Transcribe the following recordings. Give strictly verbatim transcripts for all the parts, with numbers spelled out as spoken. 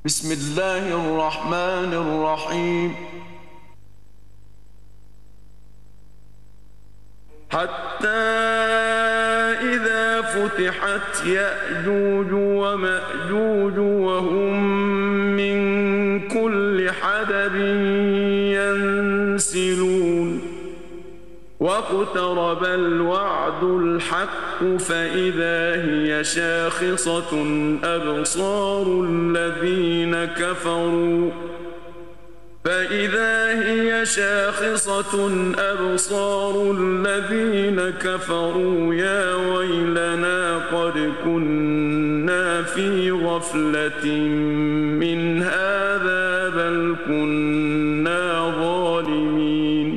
بسم الله الرحمن الرحيم. حتى إذا فتحت يأجوج ومأجوج وهم من كل حدب ينسلون واقترب الوعد الحق فإذا هي شاخصة أبصار الذين كفروا فإذا هي شاخصة أبصار الذين كفروا يا ويلنا قد كنا في غفلة من هذا بل كنا ظالمين.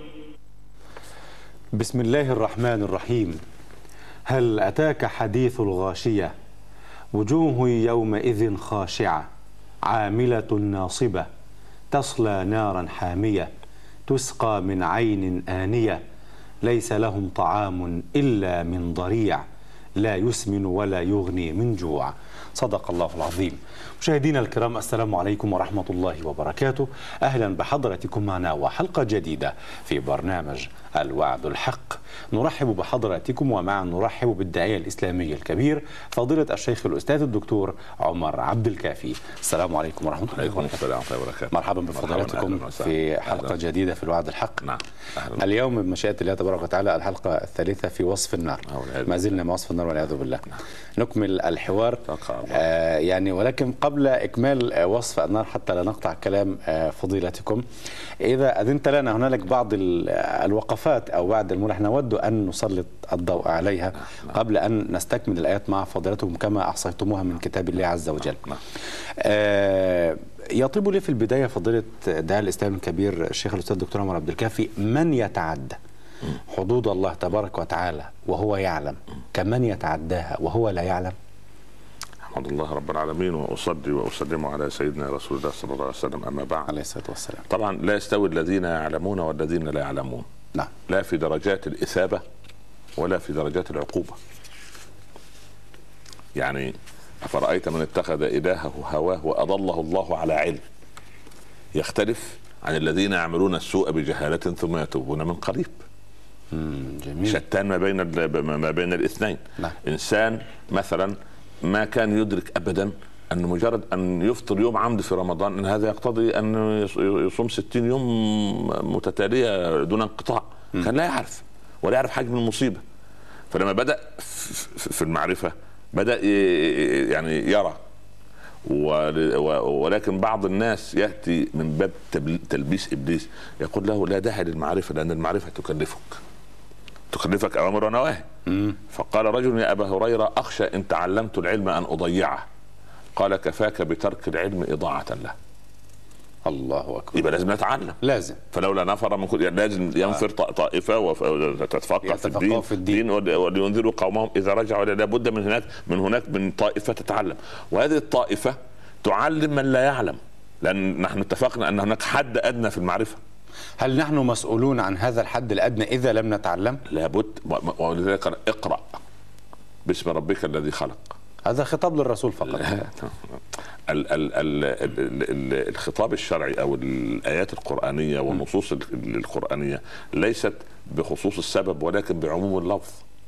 بسم الله الرحمن الرحيم. هل أتاك حديث الغاشية؟ وجوه يومئذ خاشعة عاملة ناصبة تصلى نارا حامية تسقى من عين آنية ليس لهم طعام إلا من ضريع لا يسمن ولا يغني من جوع. صدق الله العظيم. مشاهدينا الكرام، السلام عليكم ورحمة الله وبركاته. أهلا بحضراتكم معنا وحلقة جديدة في برنامج الوعد الحق. نرحب بحضراتكم ومعا نرحب بالداعية الإسلامي الكبير فضيلة الشيخ الأستاذ الدكتور عمر عبد الكافي. السلام عليكم ورحمة الله وبركاته. مرحبا بفضيلتكم في حلقة جديدة في الوعد الحق. نعم. اليوم بمشيئة الله تبارك وتعالى الحلقة الثالثة في وصف النار. ما زلنا مع وصف النار والعياذ بالله. نكمل الحوار آه يعني ولكن قبل إكمال وصف النار حتى لا نقطع كلام آه فضيلتكم، إذا أذنت لنا هنالك بعض الوقفات أو بعض الملاح نود أن نسلط الضوء عليها قبل أن نستكمل الآيات مع فضيلتكم كما أحصيتموها من كتاب الله عز وجل. آه يطيب لي في البداية فضيلة الداعية الإسلامي الكبير الشيخ الأستاذ الدكتور عمر عبد الكافي، من يتعدى حدود الله تبارك وتعالى وهو يعلم كمن يتعداها وهو لا يعلم؟ أحمد الله رب العالمين وأصلي وأسلم على سيدنا رسول الله صلى الله عليه وسلم، أما بعد. عليه الصلاة والسلام. طبعا لا يستوي الذين يعلمون والذين لا يعلمون. نعم. لا في درجات الإثابة ولا في درجات العقوبة. يعني أفرأيت من اتخذ إلهه هواه وأضله الله على علم، يختلف عن الذين يعملون السوء بجهالة ثم يتوبون من قريب. جميل. شتان ما بين ما بين الاثنين. نعم. إنسان مثلا ما كان يدرك أبدا أن مجرد أن يفطر يوم عمد في رمضان أن هذا يقتضي أن يصوم ستين يوم متتالية دون انقطاع. كان لا يعرف ولا يعرف حجم المصيبة. فلما بدأ في المعرفة بدأ يعني يرى، ولكن بعض الناس يأتي من باب تلبيس إبليس يقول له لا داعي للمعرفة لأن المعرفة تكلفك تكلفك أوامر ونواهي. فقال رجل يا أبا هريرة أخشى إن تعلمت العلم أن أضيعه. قال كفاك بترك العلم إضاعة له. الله أكبر. يبقى لازم نتعلم، لازم. فلولا نفر من كل يعني لازم ينفر طائفة وتتفقه في الدين, في الدين ولينذروا قومهم إذا رجعوا. لابد من هناك من هناك من طائفة تتعلم، وهذه الطائفة تعلم من لا يعلم، لأن نحن اتفقنا أن هناك حد أدنى في المعرفة. هل نحن مسؤولون عن هذا الحد الأدنى إذا لم نتعلم؟ لابد. ولذلك اقرأ باسم ربك الذي خلق. هذا خطاب للرسول فقط. ال ال ال ال الخطاب الشرعي أو الآيات القرآنية والنصوص القرآنية ليست بخصوص السبب ولكن بعموم اللفظ.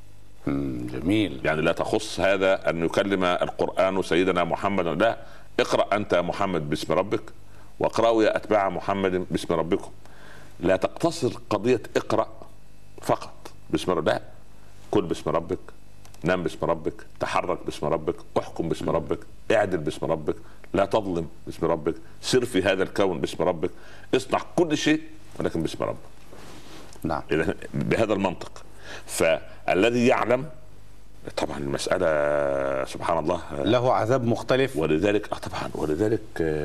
جميل. يعني لا تخص هذا أن يكلم القرآن سيدنا محمد، لا، اقرأ أنت محمد باسم ربك واقرأوا يا أتباع محمد باسم ربكم. لا تقتصر قضية اقرأ فقط باسم ربك، لا، كل باسم ربك، نام باسم ربك، تحرك باسم ربك، احكم باسم ربك، اعدل باسم ربك، لا تظلم باسم ربك، سر في هذا الكون باسم ربك، اصنع كل شيء ولكن باسم ربك. نعم. بهذا المنطق. فالذي يعلم طبعا المسألة سبحان الله له عذاب مختلف. ولذلك طبعا ولذلك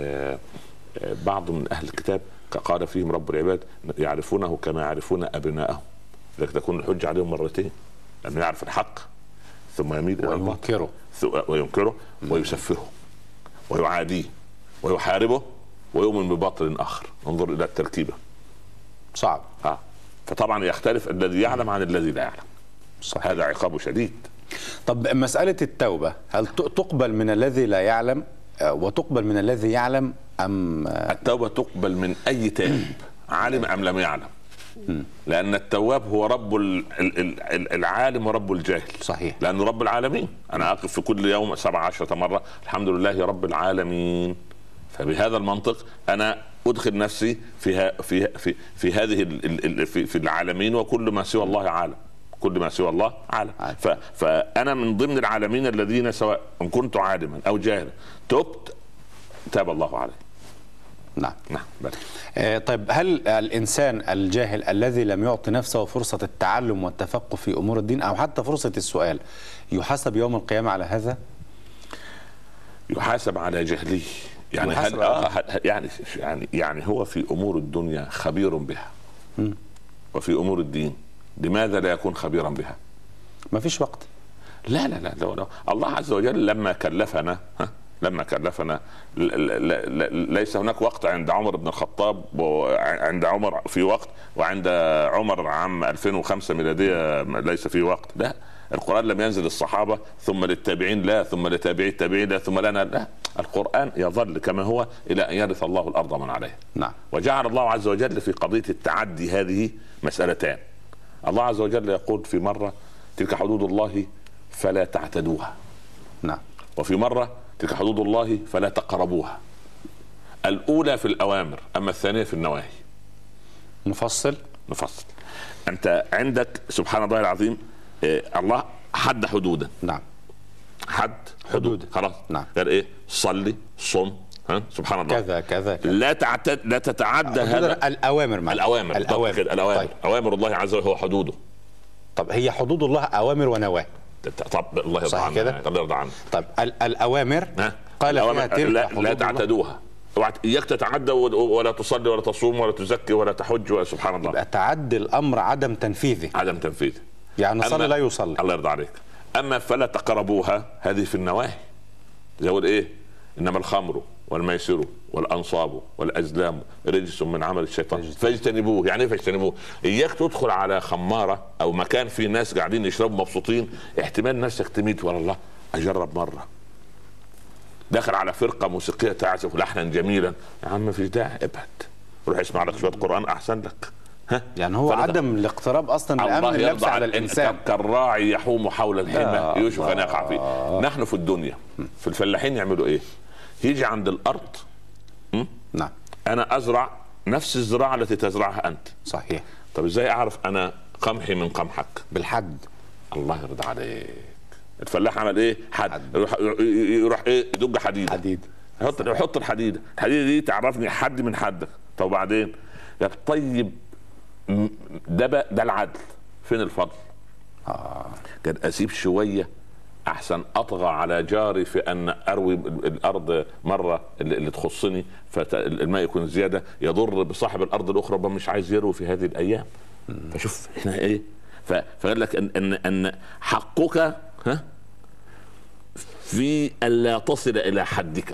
بعض من أهل الكتاب قال فيهم رب العباد يعرفونه كما يعرفون أبناءهم، لذلك تكون الحجة عليهم مرتين، لأنه يعرف الحق ثم يميل وينكره وينكره ويسفهه ويعاديه ويحاربه ويؤمن بباطل آخر. انظر إلى التركيبة. صعب. آه. فطبعا يختلف الذي يعلم عن الذي لا يعلم. صحيح. هذا عقابه شديد. طب مسألة التوبة هل تقبل من الذي لا يعلم وتقبل من الذي يعلم أم التوبة تقبل من أي تائب عالم أم لم يعلم؟ لأن التواب هو رب العالم ورب الجاهل. صحيح. لأنه رب العالمين. أنا أقف في كل يوم سبع عشرة مرة الحمد لله رب العالمين. فبهذا المنطق أنا أدخل نفسي في في في في هذه في, في العالمين، وكل ما سوى الله عالم. كل ما سوى الله عالم. فأنا من ضمن العالمين الذين سواء إن كنت عالما أو جاهلا تبت تاب الله عليه. نعم نعم. آه طيب، هل الإنسان الجاهل الذي لم يعطي نفسه فرصة التعلم والتفقه في أمور الدين أو حتى فرصة السؤال يحاسب يوم القيامة على هذا؟ يحاسب على جهله. يعني هل آه يعني يعني يعني هو في أمور الدنيا خبير بها م. وفي أمور الدين لماذا لا يكون خبيرا بها؟ ما فيش وقت. لا لا لا, لا, لا. الله عز وجل لما كلفنا لما كلفنا ليس هناك وقت عند عمر بن الخطاب وعند عمر في وقت، وعند عمر عام ألفين وخمسة ميلادية ليس في وقت. لا، القرآن لم ينزل الصحابة ثم للتابعين لا، ثم لتابعي التابعين لا، ثم لنا لا. القرآن يظل كما هو إلى أن يرث الله الأرض من عليها. نعم. وجعل الله عز وجل في قضية التعدي هذه مسألتان. الله عز وجل يقول في مرة تلك حدود الله فلا تعتدوها. نعم. وفي مرة تلك حدود الله فلا تقربوها. الأولى في الأوامر، أما الثانية في النواهي. نفصل نفصل. أنت عندك سبحان الله العظيم إيه الله حد حدودا. نعم. حد حدود خلاص. نعم. غير إيه؟ صلي صم ها سبحان الله كذا كذا, كذا. لا تعتد لا تتعدى هذا. الأوامر معنا. الأوامر الأوامر الأوامر طيب. أوامر الله عز وجل هو حدوده. طب هي حدود الله أوامر ونواهي. طب الله يرضى عنك. طب يرضى عنك. طب الأوامر قال الأوامر فيها لا, لا تعتدوها. إياك تتعدى ولا تصلي ولا تصوم ولا تزكي ولا تحج. سبحان الله. يبقى تعدي الأمر عدم تنفيذه. عدم تنفيذه. يعني صلي لا يصلي. الله يرضى عليك. أما فلا تقربوها هذه في النواهي. زي إيه؟ إنما الخمر والميسر والأنصاب والأزلام رجس من عمل الشيطان فاجتنبوه. يعني ايه فاجتنبوه؟ إياك تدخل على خمارة أو مكان فيه ناس قاعدين يشربوا مبسوطين، احتمال نفسك تميت والله أجرب مرة. داخل على فرقة موسيقية تعزف لحنا جميلا، يا عم مفيش داعي، ابعد روح اسمع لك شوية قرآن أحسن لك. ها؟ يعني هو عدم الاقتراب أصلا لأمن اللبس على الإنسان. كالراعي يحوم حول الحمى يوشك أن يقع فيه. نحن في الدنيا في الفلاحين يعملوا إيه؟ يجي عند الأرض م? نعم. أنا أزرع نفس الزراعة التي تزرعها أنت. صحيح. طب إزاي أعرف أنا قمحي من قمحك؟ بالحد. الله يرضى عليك. الفلاح عمل إيه؟ حد, حد. يروح, يروح إيه؟ يدق حديد حديد يحط يحط الحديدة الحديدة دي تعرفني حد من حدك. طب وبعدين يا طيب ده ده العدل. فين الفضل؟ آه. كان أسيب شوية احسن اطغى على جاري في ان اروي الارض مره اللي تخصني فالماء يكون زياده يضر بصاحب الارض الاخرى مش عايز يروي في هذه الايام. فشوف هنا ايه. فقال لك ان ان ان حقك ها في الا تصل الى حدك.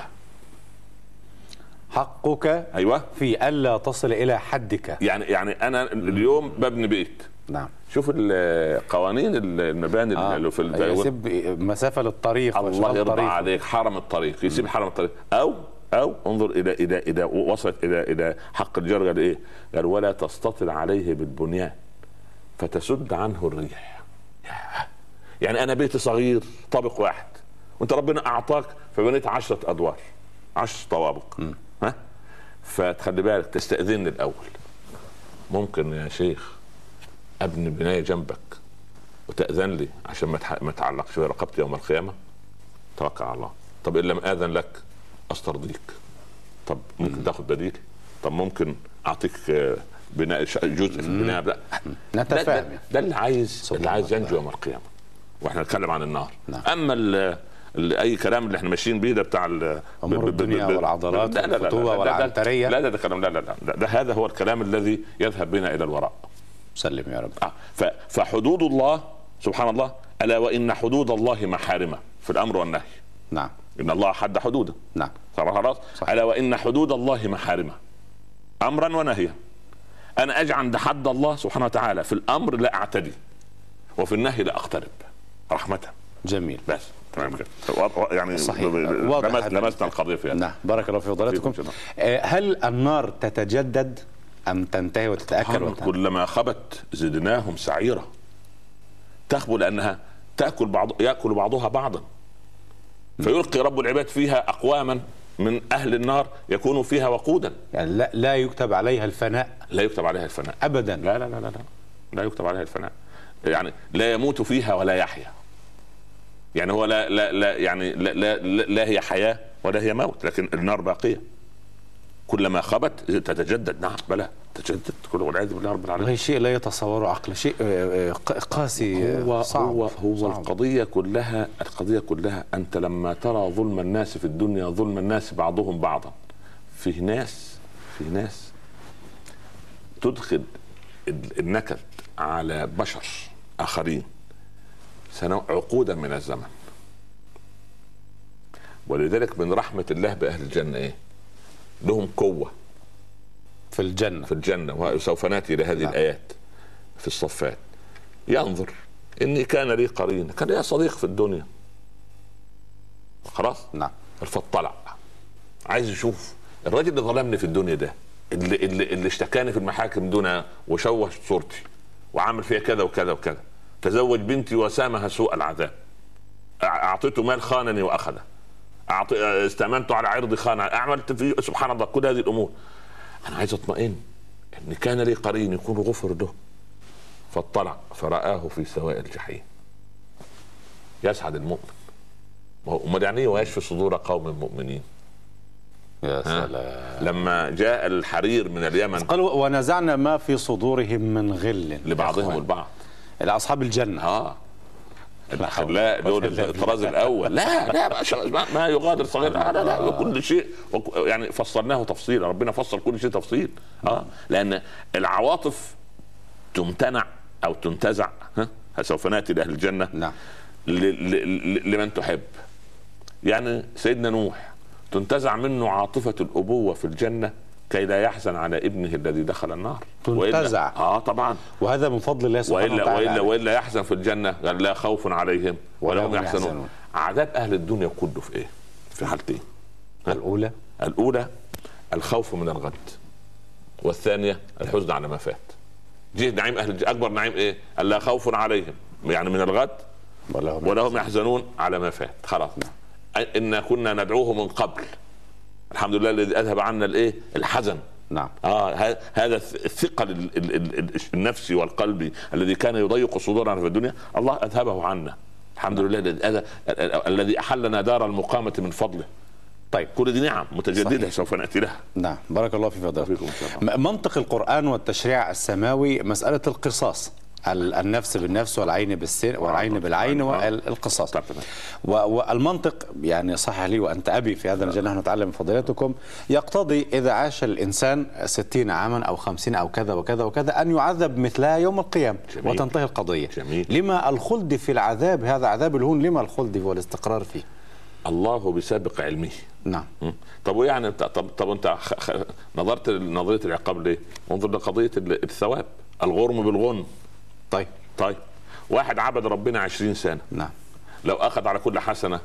حقك ايوه في الا تصل الى حدك. يعني يعني انا اليوم ببني بيت. نعم. شوف القوانين المباني آه. اللي في يسيب مسافه للطريق. الله يرضى عليك. حرم الطريق يسيب م. حرم الطريق او او انظر الى الى الى وصلت الى الى حق الجار. قال ايه؟ قال ولا تستطل عليه بالبنيان فتسد عنه الريح. يعني انا بيتي صغير طابق واحد وانت ربنا اعطاك فبنيت عشرة ادوار عشر طوابق. م. ها فتخلي بالك تستأذنني الاول. ممكن يا شيخ ابني بنايه جنبك وتأذن لي عشان ما تعلقش برقبتي يوم القيامه؟ توكل على الله. طب ان لم آذن لك استرضيك. طب ممكن تاخد بديل؟ طب ممكن اعطيك بناء جزء في البناء؟ لا نتفاهم. ده, ده, ده اللي عايز اللي عايز ينجو يوم القيامه واحنا نتكلم عن النار. نعم. اما ال اي كلام اللي احنا ماشيين بيه ده بتاع امور الدنيا والعضلات والخطوبه والعنتريه لا لا ده كلام لا لا لا ده, ده هذا هو الكلام الذي يذهب بنا الى الوراء. سلم يا رب. آه. فحدود الله سبحان الله الا وان حدود الله محارمه في الامر والنهي. نعم. ان الله حد حدوده. نعم. خلاص. الا وان حدود الله محارمه امرا ونهيا. انا اجي عند حد الله سبحانه وتعالى في الامر لا اعتدي وفي النهي لا اقترب رحمه. جميل. بس يعني صحيح. لمسنا القضيه فيها. نعم بارك الله في فضلاتكم. هل النار تتجدد ام تنتهي وتتاكل وتنتهي؟ كلما خبت زدناهم سعيرا. تخبو لانها تاكل بعض ياكل بعضها بعضا، فيلقي رب العباد فيها اقواما من اهل النار يكونوا فيها وقودا. يعني لا, لا يكتب عليها الفناء. لا يكتب عليها الفناء ابدا. لا لا لا لا لا, لا يكتب عليها الفناء. يعني لا يموت فيها ولا يحيا. يعني هو لا لا لا يعني لا لا, لا هي حياه ولا هي موت، لكن النار باقيه. كلما خبت تتجدد. نعم بلى تتجدد. كل والعياذ بالله رب العالمين. والله شيء لا يتصوره عقل، شيء قاسي. هو صعب. هو هو صعب. القضيه كلها القضيه كلها انت لما ترى ظلم الناس في الدنيا، ظلم الناس بعضهم بعضا، في ناس في ناس تدخل النكد على بشر اخرين عقودا من الزمن. ولذلك من رحمه الله باهل الجنه ايه؟ لهم قوه في الجنه في الجنه وسوف ناتي الى هذه. نعم. الايات في الصفات. ينظر اني كان لي قرين، كان لي صديق في الدنيا خلاص. نعم. فاطلع عايز يشوف الراجل اللي ظلمني في الدنيا ده، اللي اللي, اللي اشتكاني في المحاكم دون وشوه صورتي وعمل فيها كذا وكذا وكذا، تزوج بنتي وسامها سوء العذاب، اعطيته مال خانني واخذه، استأمنته على عرضي خانه، اعملت فيه سبحان الله كل هذه الامور. انا عايز اطمئن ان كان لي قرين يكون غفر له. فاطلع فرآه في سواء الجحيم. يسعد المؤمن. وما يعني ويشفي صدور قوم المؤمنين. يا سلام. لما جاء الحرير من اليمن قالوا ونزعنا ما في صدورهم من غل لبعضهم البعض. الى اصحاب الجنه. اه لا دول الطراز الاول. لا لا ما, ما يغادر صغير. لا لا, لا كل شيء يعني فصلناه تفصيلا. ربنا فصل كل شيء تفصيل. اه لان العواطف تمتنع او تنتزع. ها سوف ناتي لاهل الجنه. نعم. لمن تحب. يعني سيدنا نوح تنتزع منه عاطفه الابوه في الجنه كي لا يحزن على ابنه الذي دخل النار. تنتزع. اه طبعا. وهذا من فضل الله سبحانه وإلا وتعالى. والا والا يحزن في الجنه. قال لا خوف عليهم ولا هم يحزنون. عذاب اهل الدنيا كله في ايه؟ في حالتين. الاولى الاولى الخوف من الغد، والثانيه الحزن على ما فات. دي نعيم اهل الجنة. اكبر نعيم ايه؟ لا خوف عليهم يعني من الغد ولا هم, ولا هم يحزنون على ما فات. خلاص. إن كنا ندعوه من قبل، الحمد لله الذي اذهب عنا الايه؟ الحزن. نعم. اه هذا الثقل النفسي والقلبي الذي كان يضيق صدورنا في الدنيا، الله اذهبه عنا الحمد لله الذي الذي احلنا دار المقامه من فضله. طيب كل دي نعم متجدده. صحيح. سوف ناتي لها. نعم بارك الله في فضلكم. منطق القرآن والتشريع السماوي مسألة القصاص، النفس بالنفس والعين بالسن والعين بالعين والقصاص. والمنطق يعني صحح لي وأنت أبي في هذا المجال، نحن نتعلم من فضيلتكم، يقتضي إذا عاش الإنسان ستين عاما أو خمسين أو كذا وكذا وكذا أن يعذب مثلها يوم القيامة. جميل. وتنتهي القضية. جميل. لما الخلد في العذاب؟ هذا عذاب الهون، لما الخلد والاستقرار فيه؟ الله بسابق علمه. نعم. طب ويعني طب طب انت نظرت نظريه العقاب ليه؟ انظر لقضيه الثواب، الغرم بالغنم. طيب طيب واحد عبد ربنا عشرين سنه. نعم. لو اخذ على كل حسنه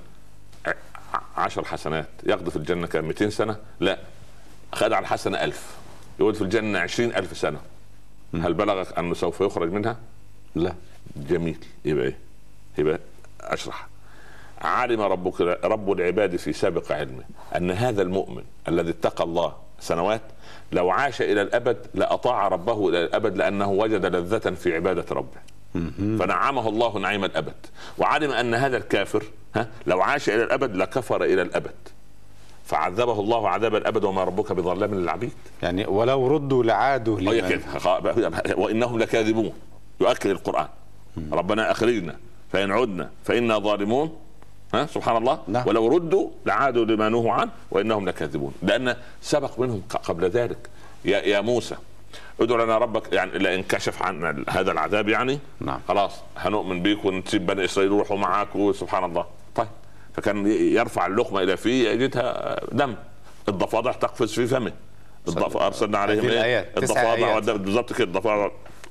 عشر حسنات يقضي في الجنه كم؟ مئتين سنه؟ لا، اخذ على الحسنه ألف يقعد في الجنه عشرين ألف سنه. م. هل بلغك انه سوف يخرج منها؟ لا. جميل. يبقى ايه؟ يبقى اشرح. علم ربك رب العباد في سابق علمه ان هذا المؤمن الذي اتقى الله سنوات لو عاش الى الابد لاطاع ربه الى الابد، لانه وجد لذة في عبادة ربه. فنعمه الله نعيم الابد. وعلم ان هذا الكافر ها لو عاش الى الابد لكفر الى الابد، فعذبه الله عذاب الابد وما ربك بظلام للعبيد. يعني ولو ردوا لعادوا لمن... وانهم لكاذبون. يؤكد القرآن. ربنا اخرجنا فإن عدنا فإنا ظالمون. ها سبحان الله. نعم. ولو ردوا لعادوا لما نهوا عنه وإنهم لكاذبون، لأن سبق منهم قبل ذلك. يا, يا موسى ادعو لنا ربك، يعني لئن كشف عنا هذا العذاب يعني نعم. خلاص هنؤمن بيك ونسيب بني إسرائيل يروحوا معاك وسبحان الله. طيب فكان يرفع اللقمة إلى فيه يجدها دم، الضفادع تقفز في فمه. الضفادع أرسلنا عليهم إيه؟ الضفادع بالضبط كده. الضفادع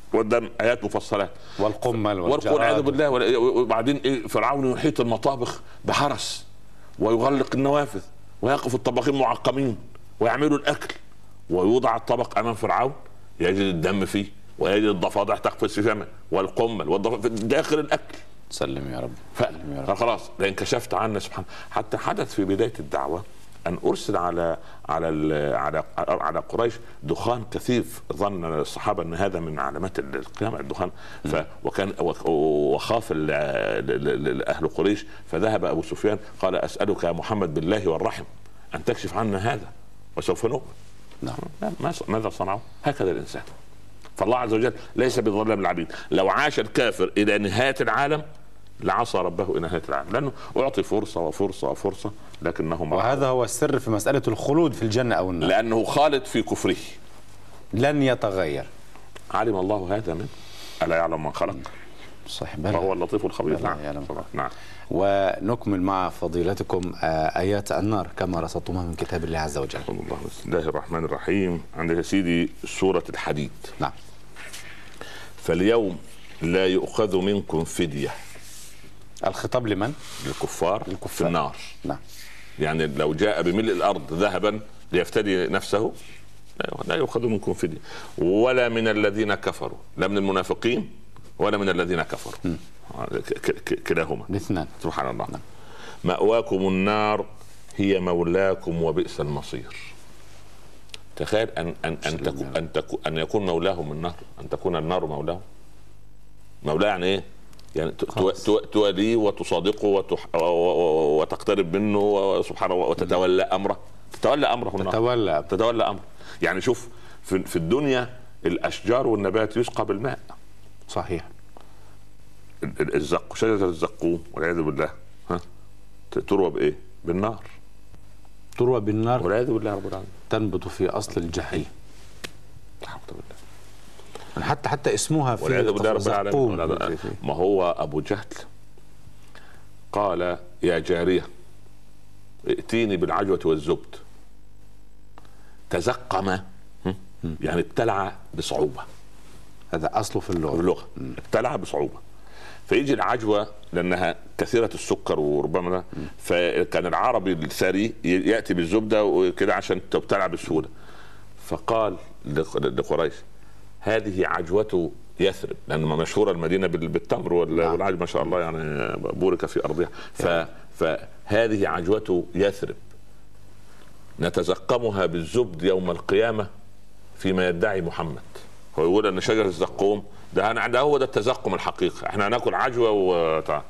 والدم ايات مفصلات، والقمل والعياذ بالله. وبعدين ايه؟ فرعون يحيط المطابخ بحرس ويغلق النوافذ ويقف الطباخين معقمين ويعملوا الاكل، ويوضع الطبق امام فرعون يجد الدم فيه ويجد الضفادع تقفز في فمه والقمل والضفادع في داخل الاكل. سلم يا رب. ف... فخلاص لان كشفت عنا سبحانه. حتى حدث في بدايه الدعوه ان ارسل على على على على قريش دخان كثيف، ظن الصحابه ان هذا من علامات القيامه الدخان. ف وكان وخاف اهل قريش، فذهب ابو سفيان قال اسالك يا محمد بالله والرحم ان تكشف عنا هذا وسوف نؤمن. نعم. ماذا صنعوا؟ هكذا الانسان. فالله عز وجل ليس بظلام العبيد. لو عاش الكافر الى نهايه العالم لعصى ربه الى نهايه العالم، لانه اعطي فرصه وفرصه وفرصه لكنه مرحب. وهذا هو السر في مساله الخلود في الجنه او النار، لانه خالد في كفره لن يتغير. علم الله هذا منه، الا يعلم من خلق. صحيح. فهو اللطيف الخبير. نعم. نعم. ونكمل مع فضيلتكم ايات النار كما رصدتمها من كتاب الله عز وجل. الله. بسم الله الرحمن الرحيم. عندك يا سيدي سوره الحديد. نعم. فاليوم لا يؤخذ منكم فديه. الخطاب لمن؟ للكفار. الكفار في النار. نعم. يعني لو جاء بملء الارض ذهبا ليفتدي نفسه لا يؤخذ منكم فديه، ولا من الذين كفروا، لا من المنافقين ولا من الذين كفروا، كلاهما الاثنان. سبحان الله. نعم. مأواكم النار هي مولاكم وبئس المصير. تخيل ان ان ان تكون ان تكون ان يكون مولاهم النار، ان تكون النار مولاهم. مولاه يعني ايه؟ يعني تواليه وتصادقه وتح... وتقترب منه سبحانه وتتولى امره. تتولى امره النار. تتولى تتولى امره. يعني شوف في, في الدنيا الاشجار والنبات يسقى بالماء. صحيح. الزق شجره الزقوم والعياذ بالله ها تروى بايه؟ بالنار. تروى بالنار والعياذ بالله رب العالمين. تنبت في اصل الجحيم. حتى حتى اسمها في والعياذ بالله رب العالمين. ما هو ابو جهل قال يا جاريه ائتيني بالعجوه والزبد. تزقم يعني ابتلع بصعوبه. هذا اصله في اللغه. اللغه ابتلع بصعوبه. فيجي العجوه لانها كثيره السكر وربما، فكان العربي الثري ياتي بالزبده وكده عشان تبتلع بسهوله. فقال لقريش هذه عجوة يثرب، لأن مشهورة المدينة بالتمر والعجوة ما شاء الله يعني بورك في أرضها. فهذه عجوة يثرب نتزقمها بالزبد يوم القيامة فيما يدعي محمد. هو يقول أن شجر الزقوم ده أنا ده هو ده التزقم الحقيقي. احنا هناكل عجوة وطعام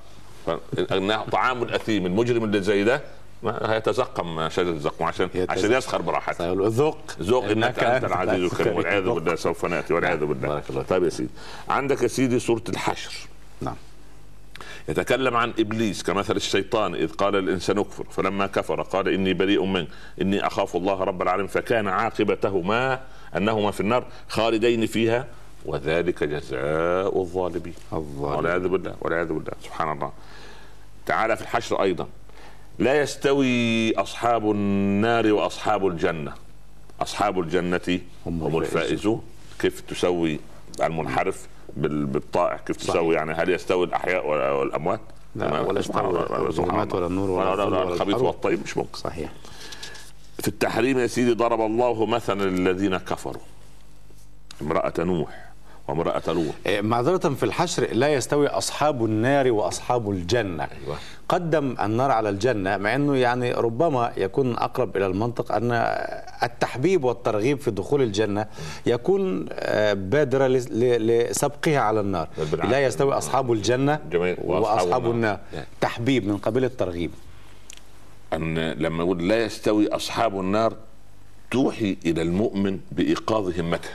طعام الأثيم المجرم اللي زي ده هيتزقم شجر الزقوم عشان عشان يسخر براحته. ذوق ذوق انك انت العزيز الكريم والعياذ بالله سوف ناتي والعياذ بالله. طيب يا سيدي عندك يا سيدي سوره الحشر. نعم. يتكلم عن ابليس كمثل الشيطان اذ قال الانسان اكفر فلما كفر قال اني بريء منك اني اخاف الله رب العالمين فكان عاقبتهما انهما في النار خالدين فيها وذلك جزاء الظالمين. والعياذ بالله والعياذ بالله سبحان الله. تعالى في الحشر ايضا لا يستوي أصحاب النار وأصحاب الجنة. أصحاب الجنة هم, هم الفائزون. كيف تسوي المنحرف بالطائع؟ كيف تسوي يعني هل يستوي الأحياء والأموات؟ لا ولا الظلمات ولا النور ولا, ولا الخبيث والطيب مش ممكن. صحيح. في التحريم يا سيدي ضرب الله مثلا للذين كفروا امرأة نوح وامرأة لوط. معذرة في الحشر لا يستوي أصحاب النار وأصحاب الجنة. أيوة. قدم النار على الجنة مع أنه يعني ربما يكون أقرب إلى المنطق أن التحبيب والترغيب في دخول الجنة يكون بادرة لسبقها على النار. لا يستوي أصحاب الجنة وأصحاب النار. تحبيب من قبيل الترغيب. أن لما يقول لا يستوي أصحاب النار توحي إلى المؤمن بإيقاظ همته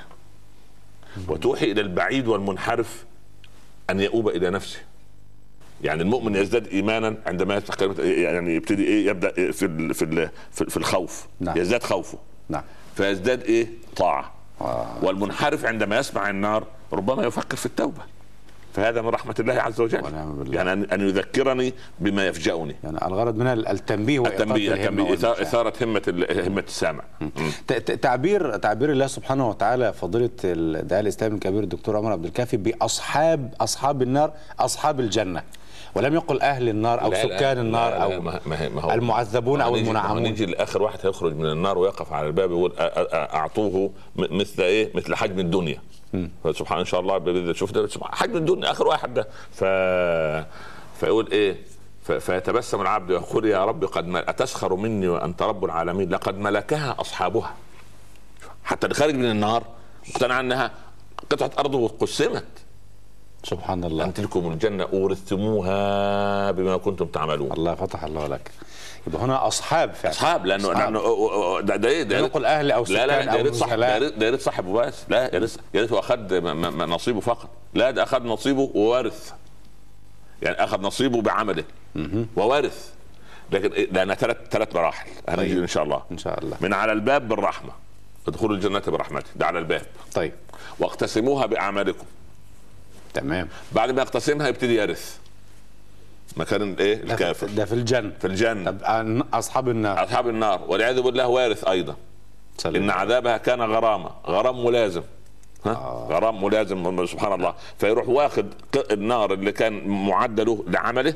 وتوحي إلى البعيد والمنحرف أن يؤوب إلى نفسه. يعني المؤمن يزداد إيمانا عندما يعني يبتدي إيه يبدأ في ال في ال في الخوف. نعم. يزداد خوفه. نعم. فيزداد إيه طاعة. آه. والمنحرف عندما يسمع النار ربما يفكر في التوبة فهذا من رحمة الله عز وجل. يعني أن يذكرني بما يفجأني. يعني الغرض من التنبيه التنبيه إثارة همة همة السامع. تعبير تعبير الله سبحانه وتعالى فضيلة الداعية الإسلامي الكبير الدكتور عمر عبد الكافي بأصحاب أصحاب النار أصحاب الجنة، ولم يقل أهل النار أو سكان النار لا لا أو ما ما المعذبون أو المنعمون. نيجي لآخر واحد هيخرج من النار ويقف على الباب يقول أعطوه مثل إيه؟ مثل حجم الدنيا. سبحان إن شاء الله شوف ده حجم الدنيا آخر واحد ده. ف... فيقول إيه؟ ف... فيتبسم العبد ويقول يا رب قد مل... أتسخر مني وأنت رب العالمين، لقد ملكها أصحابها. حتى اللي خارج من النار مقتنع أنها قطعة أرض وقسمت. سبحان الله. أن تلكم الجنة أورثتموها بما كنتم تعملون. الله فتح الله لك. يبقى هنا أصحاب فعلا. أصحاب لأنه لأنه ده ده ده يقول أهل أو سكان. لا لا ده يريد صاحب ده يريد صاحبه بس. لا يا ريت يا ريت أخذ نصيبه فقط. لا ده أخذ نصيبه ووارث. يعني أخذ نصيبه بعمله ووارث. لكن لأنها ثلاث ثلاث مراحل هنجي إن شاء الله. إن شاء الله. من على الباب بالرحمة، ادخلوا الجنة برحمته، ده على الباب. طيب. واقتسموها بأعمالكم. تمام. بعد ما يقتسمها يبتدي يرث مكان الايه الكافر. ده في الجنة. في الجنة. طب اصحاب النار. اصحاب النار والعياذ بالله وارث ايضا. سلام. ان عذابها كان غرامة، غرام ملازم. ها آه. غرام ملازم سبحان الله. فيروح واخد النار اللي كان معد له لعمله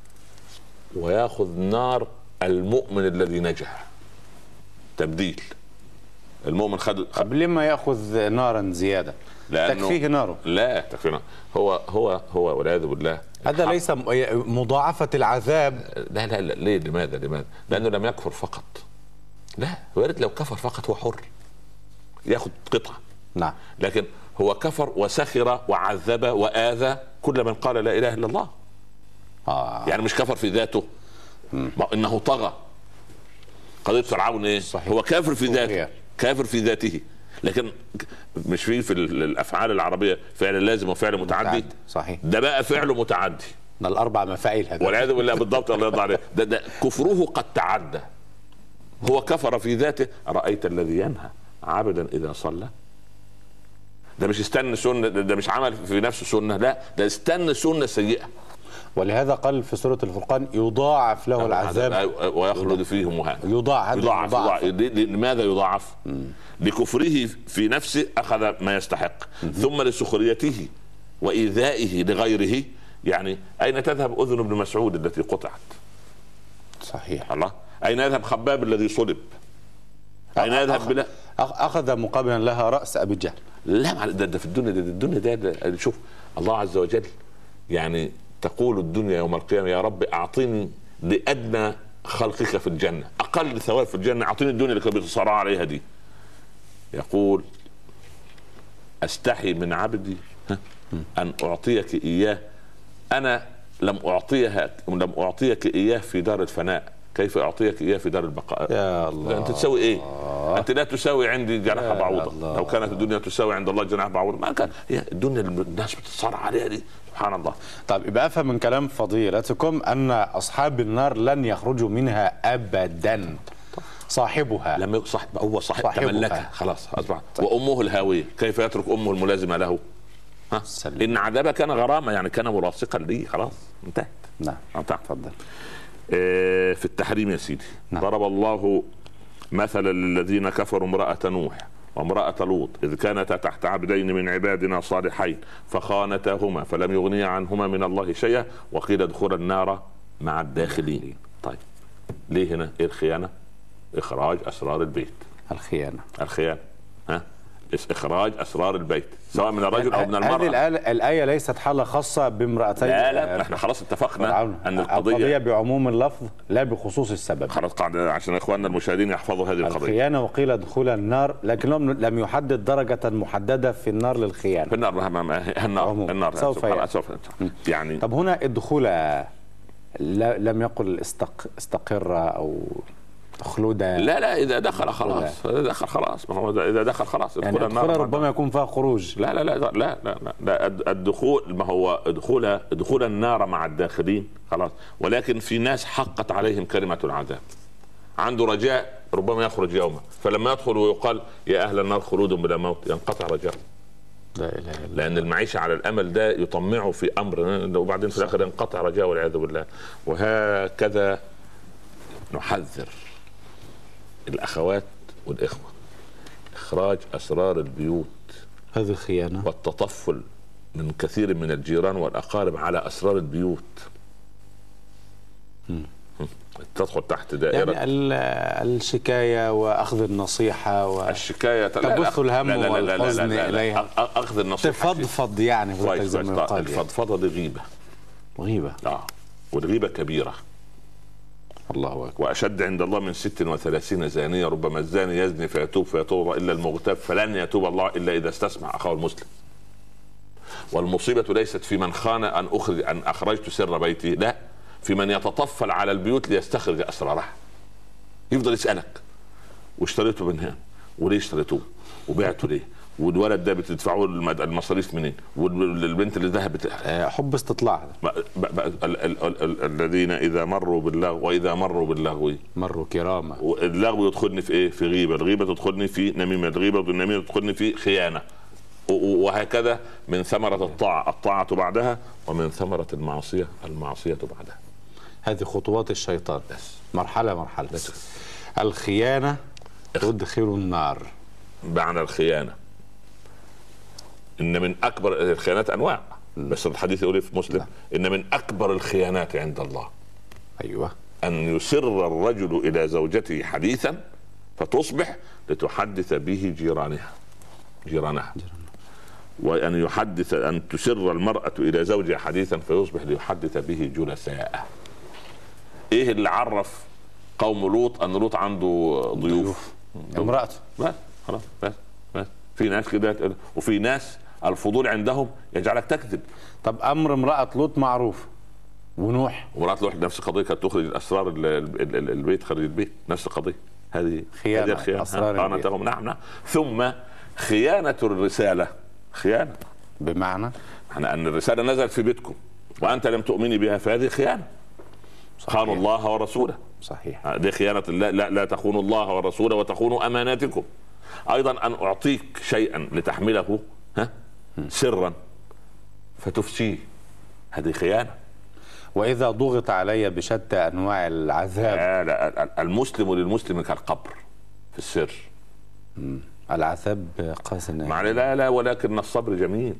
وياخذ نار المؤمن الذي نجح. تبديل. المؤمن خد قبل لما ياخذ نارا زيادة تكفيه ناره. لا تكفيه نار. هو هو هو والعياذ بالله هذا ليس مضاعفة العذاب. لا لا لا ليه؟ لماذا لماذا؟ لأنه لم يكفر فقط. لا وارد لو كفر فقط هو حر ياخذ قطعة. نعم. لكن هو كفر وسخر وعذب وآذى كل من قال لا إله إلا الله. آه. يعني مش كفر في ذاته. ما إنه طغى. قضية فرعون إيه؟ صحيح. هو كافر في ذاته. كافر في ذاته. لكن مش في في الافعال العربيه فعل لازم وفعل متعدي. صحيح. ده بقى فعله متعدي. ده الاربع مفاعيل هذا والعياذ بالله. بالضبط الله يرضى عليه. ده, ده كفره قد تعدى. هو كفر في ذاته. رايت الذي ينهى عبدا اذا صلى. ده مش استنى سنه، ده مش عمل في نفسه سنه، لا ده استنى سنه سيئه. ولهذا قال في سورة الفرقان يضاعف له العذاب ويخلد فيه مهانا. يضاعف. يضاعف. يضاعف. لماذا يضاعف؟ مم. لكفره في نفسه أخذ ما يستحق. مم. ثم لسخريته وإيذائه لغيره. يعني أين تذهب أذن ابن مسعود التي قطعت؟ صحيح. الله. أين يذهب خباب الذي صلب؟ أين يذهب أخ... بلا أخذ مقابلا لها رأس أبي جهل. لا ده, ده في الدنيا ده, ده الدنيا ده, ده شوف الله عز وجل يعني تقول الدنيا يوم القيامة يا رب أعطيني لأدنى خلقك في الجنة، أقل ثواب في الجنة، أعطيني الدنيا اللي كانت بتصارع عليها دي. يقول أستحي من عبدي أن أعطيك إياه، أنا لم أعطيها لم أعطيك إياه في دار الفناء، كيف أعطيك إياه في دار البقاء؟ يا الله. أنت تسوي إيه؟ أنت لا تساوي عندي جناح بعوضة. لو كانت الدنيا تساوي عند الله جناح بعوضة ما كان. هي الدنيا اللي الناس بتتصارع عليها دي سبحان الله. طيب يبقى أفهم من كلام فضيلتكم أن أصحاب النار لن يخرجوا منها أبدا. صاحبها لم صاحب هو صاحب تملكها خلاص أصبح. طيب. وأمه الهاوية كيف يترك أمه الملازمة له؟ ها؟ إن عذابها كان غرامة يعني كان ملاصقا لي خلاص انتهت. نعم تفضل. آه في التحريم يا سيدي. نعم. ضرب الله مثلا للذين كفروا امرأة نوح وامرأة لوط إذ كانتا تحت عبدين من عبادنا صالحين فخانتاهما فلم يغنيا عنهما من الله شيئا وقيل ادخلا النار مع الداخلين. طيب ليه هنا ايه الخيانة؟ إخراج أسرار البيت. الخيانة الخيانة ها إخراج أسرار البيت سواء من الرجل أو من المرأة. هذه الآية ليست حالة خاصة بامرأتين. لا لا احنا خلاص اتفقنا أن القضية, القضية بعموم اللفظ لا بخصوص السبب. خلاص قاعدة عشان إخواننا المشاهدين يحفظوا هذه القضية. الخيانة وقيل دخول النار لكنهم لم يحدد درجة محددة في النار للخيانة. في النار النار النار سوف, يعني. سوف يعني. طب هنا الدخول لم يقل استق استقر أو خلودا. لا لا اذا دخل خلاص اذا دخل خلاص ما هو اذا دخل خلاص. يعني الدخول ربما يكون فيها خروج. لا لا لا لا لا, لا, لا الدخول ما هو دخول دخول النار مع الداخلين خلاص. ولكن في ناس حقت عليهم كلمة العذاب عنده رجاء ربما يخرج يوما فلما يدخل ويقال يا اهل النار خلود بلا موت ينقطع رجاء. لا إله إلا الله. لأن المعيشة على الأمل ده يطمعه في أمر وبعدين في الآخر ينقطع رجاء والعياذ بالله. وهكذا نحذر الأخوات والإخوة إخراج أسرار البيوت، هذه خيانة والتطفل من كثير من الجيران والأقارب على أسرار البيوت. م. تدخل تحت دائرة يعني الشكاية وأخذ النصيحة والشكاية تبث الهم والحزن إليها، أخذ النصيحة تفضفض يعني. الفضفضة دي غيبة غيبة آه. والغيبة كبيرة، الله أكبر. وأشد عند الله من ست وثلاثين زانية، ربما الزاني يزني فيتوب فيتوب إلا المغتاب فلن يتوب الله إلا إذا استسمع أخاه المسلم. والمصيبة ليست في من خان أن أخرج أن أخرجت سر بيتي، لا، في من يتطفل على البيوت ليستخرج أسرارها. يفضل يسألك واشتريته من هنا وليه اشتريتوه وبعته ليه والولد ده بتدفعوا المصاريف منين والبنت اللي ذهبت. حب استطلاع. الذين إذا مروا باللغو وإذا مروا باللغو مروا كراما. اللغو يدخلني في إيه؟ في غيبة، الغيبة تدخلني في نميمة، الغيبة والنميمة تدخلني في خيانة، وهكذا من ثمرة الطاعة الطاعة بعدها، ومن ثمرة المعصية المعصية بعدها. هذه خطوات الشيطان بس. مرحلة مرحلة. بس. الخيانة تدخل النار. معنى الخيانة إن من أكبر الخيانات أنواع، بس الحديث يقول في مسلم لا. إن من أكبر الخيانات عند الله أيوة أن يسر الرجل إلى زوجته حديثا فتصبح لتحدث به جيرانها جيرانها وأن يحدث أن تسر المرأة إلى زوجها حديثا فيصبح ليحدث به جلساءه. إيه اللي عرف قوم لوط أن لوط عنده ضيوف؟ امرأته. بس خلاص بس بس في ناس كده، وفي ناس الفضول عندهم يجعلك تكذب. طب أمر امرأة لوط معروف، ونوح امرأة لوط نفس القضية، كانت تخرج الأسرار البيت خارج البيت، نفس القضية. هذه خيانة أسرار البيت. نعم نعم. ثم خيانة الرسالة خيانة، بمعنى أن الرسالة نزلت في بيتكم وأنت لم تؤمني بها فهذه خيانة. خانوا الله ورسوله. صحيح. دي خيانة. لا, لا, لا تخونوا الله ورسوله وتخونوا أماناتكم. أيضا أن أعطيك شيئا لتحمله ها سرا فتفسيه، هذه خيانة. وإذا ضغط علي بشتى أنواع العذاب. لا لا المسلم للمسلم كالقبر في السر. مم. العذاب قاسي. لا لا ولكن الصبر جميل،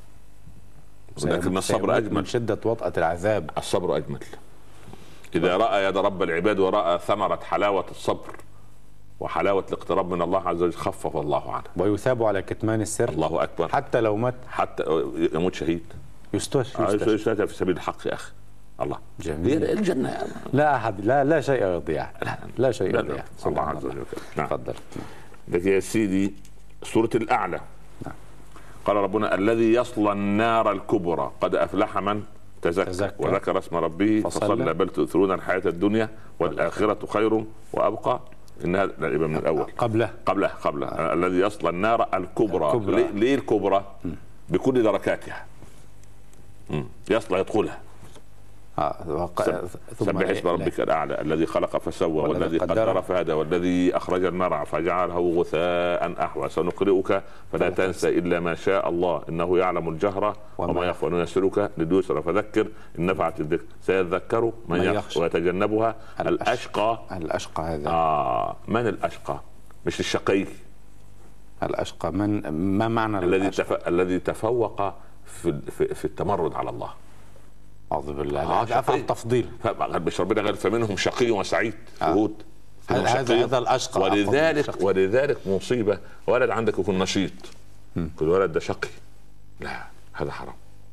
ولكن الصبر أجمل. من شدة وطأة العذاب الصبر أجمل. إذا رأى يد رب العباد ورأى ثمرة حلاوة الصبر وحلاوة الاقتراب من الله عز وجل خفف الله عنه. ويثاب على كتمان السر. الله أكبر. حتى لو مات، حتى يموت شهيد يستشهد يستشهد في سبيل الحق يا أخي. الله جميل. الجنة لا أحد لا لا شيء يضيع. لا, لا شيء يضيع. الله عز وجل. نعم. تفضل. لك يا سيدي سورة الأعلى. نعم. قال ربنا الذي يصلى النار الكبرى قد أفلح من تزكى, تزكى. وذكر اسم ربه فصلى بل تؤثرون الحياة الدنيا والآخرة خير وأبقى. إن هذا يبقى من الأول قبله قبله قبله آه. الذي يصلى النار الكبرى, الكبرى. ليه, ليه الكبرى؟ م. بكل دركاتها. م. يصلى يدخلها. آه. وق... سبح اسم ربك الأعلى الذي خلق فسوى والذي قدر فهدى والذي أخرج المرعى فجعله غثاء أحوى سنقرئك فلا تنسى إلا ما شاء الله إنه يعلم الجهر وما يخفى ونيسرك لليسرى فذكر إن نفعت الذكر سيذكر من يخشى ويتجنبها الأشقى. الأشقى هذا آه من الأشقى؟ مش الشقي. الأشقى من ما معنى الذي تف... الذي تفوق في في, في التمرد على الله. أعوذ بالله. هذا أفعل تفضيل. مش ربنا قال فمنهم شقي وسعيد. شهود. آه. هذا هذا الأشقى. ولذلك ولذلك مصيبة ولد عندك يكون نشيط. كل ولد ده شقي. لا هذا حرام.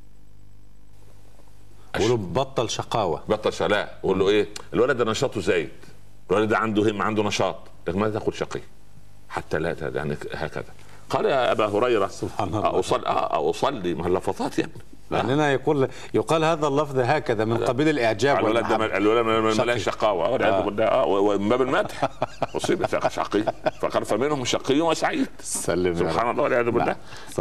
قولوا بطل شقاوة. بطل شقاوة. قول له إيه؟ الولد ده نشاطه زايد. الولد ده عنده هم عنده نشاط. لكن ما تأخذ شقي. حتى لا يعني هكذا. قال يا أبا هريرة سبحان الله أصلي أصلي ما اللفظات يا ابني. لأننا يقول يقال هذا اللفظ هكذا من قبيل الإعجاب والمحبة. الولد ملان شقاوة ومن باب المدح. مصيبة شقي فقال فمنهم شقي وسعيد. سبحان الله والعياذ بالله.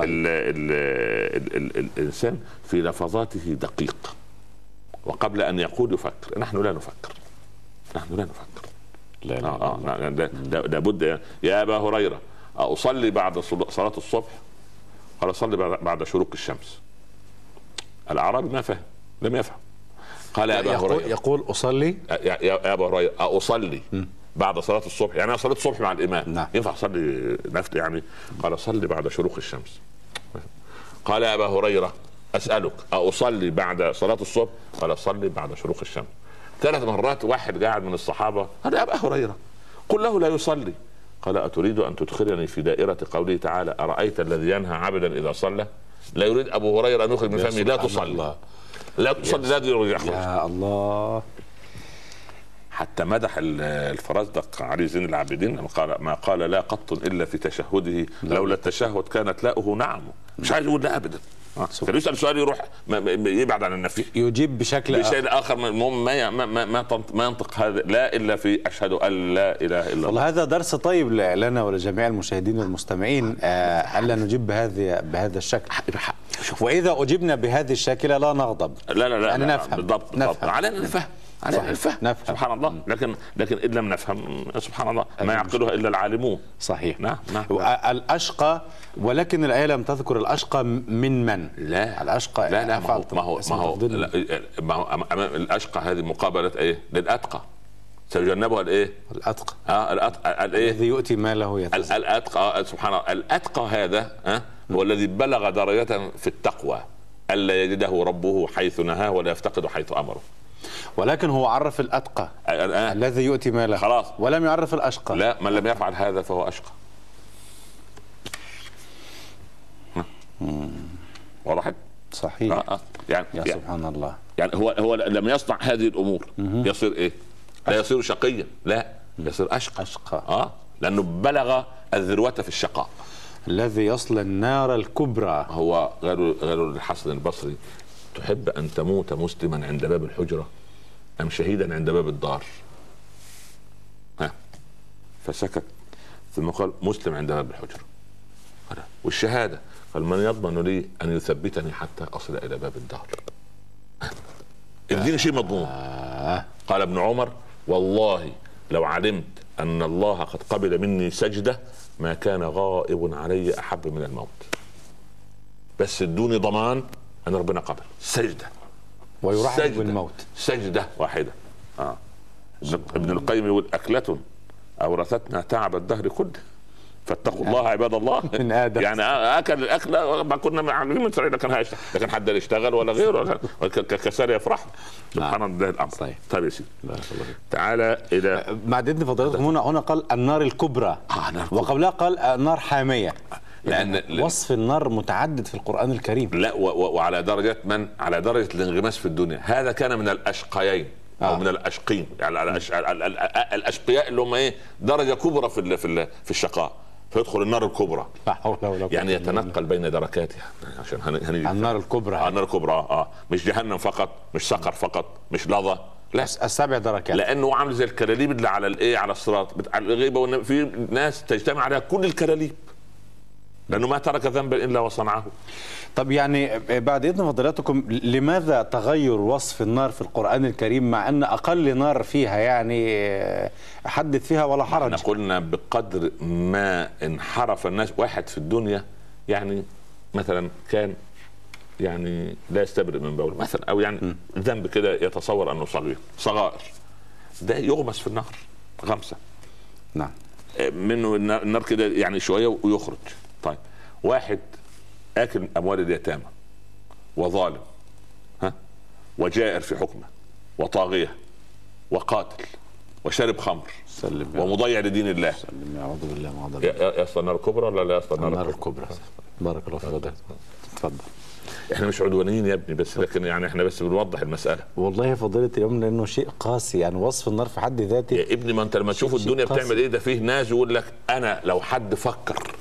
الإنسان في لفظاته دقيق وقبل أن يقول يفكر. نحن لا نفكر. نحن لا نفكر. لا لا آه آه لابد. يا أبا هريرة أصلي بعد صلاة الصبح؟ قال صلي بعد شروق الشمس. الاعرابي ما فهم، لم يفهم. قال يا ابا هريره، يقول اصلي يا, يا ابا هريره اصلي بعد صلاه الصبح، يعني انا صليت الصبح مع الامام، نعم. ينفع اصلي نفل يعني؟ قال صلي بعد شروق الشمس. قال يا ابا هريره اسالك اصلي بعد صلاه الصبح؟ قال صلي بعد شروق الشمس. ثلاث مرات واحد قاعد من الصحابه قال يا ابا هريره قل له لا يصلي. قال اتريد ان تدخلني في دائره قوله تعالى ارايت الذي ينهى عبدا اذا صلى؟ لا يريد ابو هريره ان يخرج من فمه لا تصلي، لا تصلي، لا يخرج. يا الله. حتى مدح الفرزدق علي زين العابدين قال ما قال لا قط الا في تشهده لولا التشهد كانت لاؤه نعم. مش عايز يقول لا ابدا. كان يسال سؤال يروح يبعد عن النفي، يجيب بشكل بشيء اخر. المهم ما ما ما ما ينطق هذا لا الا في اشهد ان لا اله الا الله. والله هذا درس طيب لنا ولجميع المشاهدين والمستمعين، آه الا نجيب بهذه بهذا الشكل. واذا اجبنا بهذه الشاكله لا نغضب، لا لا لا يعني لا نفهم بالضبط، نفهم. علينا نفهم، علينا نفهم. نفهم سبحان الله. لكن لكن ان لم نفهم سبحان الله ما يعقلها الا العالمون. صحيح. نعم نعم. الاشقى، ولكن الايه لم تذكر الاشقى من من؟ لا الاشقى لا لا ما هو ما هو ما هو, ما هو امام الاشقى هذه مقابله ايه؟ للاتقى سيجنبها الايه؟ الاتقى. اه الاتقى الايه؟ الذي يؤتي ماله يتزكى. الاتقى سبحان الله. الاتقى هذا ها هو الذي بلغ درجه في التقوى الا يجده ربه حيث نهاه ولا يفتقد حيث امره. ولكن هو عرف الاتقى آه. الذي يؤتي ماله خلاص، ولم يعرف الاشقى. لا، من لم يفعل هذا فهو اشقى. وضحت؟ صحيح. آه. آه. يعني يا يعني سبحان الله. يعني هو هو لم يصنع هذه الامور يصير ايه؟ لا يصير شقيا، لا يصير اشقى. اشقى اه لانه بلغ الذروه في الشقاء. الذي يصل النار الكبرى. هو غير غير الحسن البصري تحب ان تموت مسلما عند باب الحجره ام شهيدا عند باب الدار؟ ها فسكت ثم قال مسلم عند باب الحجره. والشهاده قال من يضمن لي ان يثبتني حتى اصل الى باب الدار؟ اديني شيء مضمون. قال ابن عمر والله لو علمت ان الله قد قبل مني سجده ما كان غائب علي احب من الموت، بس ادوني ضمان ان ربنا قبل سجده ويرحب بالموت سجده واحده. اه ابن القيم يقول اكله اورثتنا تعب الدهر كله فاتقوا الله عباد الله. من آدم. يعني اكل الاكله ما كنا عاملين من سعيد، لكن هيشتغل، لكن حد يشتغل ولا غيره كسر يفرح. سبحان الله الامر. صحيح. طيب يا سيدي تعالى الى بعد اذن فضيلتكم هنا هنا قال النار الكبرى آه وقبلها قال النار حاميه، لان وصف النار متعدد في القرآن الكريم. لا و و وعلى درجه من؟ على درجه الانغماس في الدنيا. هذا كان من الاشقيين او آه. من الاشقين، يعني الأش... الاشقياء اللي هم ايه؟ درجه كبرى في ال... في ال... في الشقاء، فيدخل النار الكبرى. لا حول ولا قوة. يعني يتنقل بين دركاتها عشان هنيجي النار الكبرى. النار الكبرى اه مش جهنم فقط، مش سقر فقط، مش لظى، لا السبع دركات. لانه عامل زي الكلاليب اللي على الايه؟ على الصراط بتاع الغيبه، وان في ناس تجتمع عليها كل الكلاليب لانه ما ترك ذنبا الا وصنعه. طب يعني بعد اذن فضيلتكم لماذا تغير وصف النار في القرآن الكريم مع ان اقل نار فيها يعني حدث فيها ولا حرج؟ احنا قلنا بقدر ما انحرف الناس. واحد في الدنيا يعني مثلا كان يعني لا يستبرئ من بوله مثلا، او يعني ذنب كده يتصور انه صغير، صغائر، ده يغمس في النار غمسه. نعم. منه النار كده يعني شويه ويخرج. طيب واحد اكل اموال اليتامى وظالم، ها، وجائر في حكمه وطاغيه وقاتل وشارب خمر سلم ومضيع لدين الله، سلم يا اعوذ بالله ما غضب. يصل النار الكبرى ولا لا يصل النار الكبرى؟ بارك الله فيك. اتفضل. احنا مش عدوانيين يا ابني، بس لكن يعني احنا بس بنوضح المساله. والله فضيلة اليوم لانه شيء قاسي، يعني وصف النار في حد ذاته يا ابني. ما انت لما تشوف الدنيا بتعمل ايه، ده فيه ناس يقول لك انا لو حد فكر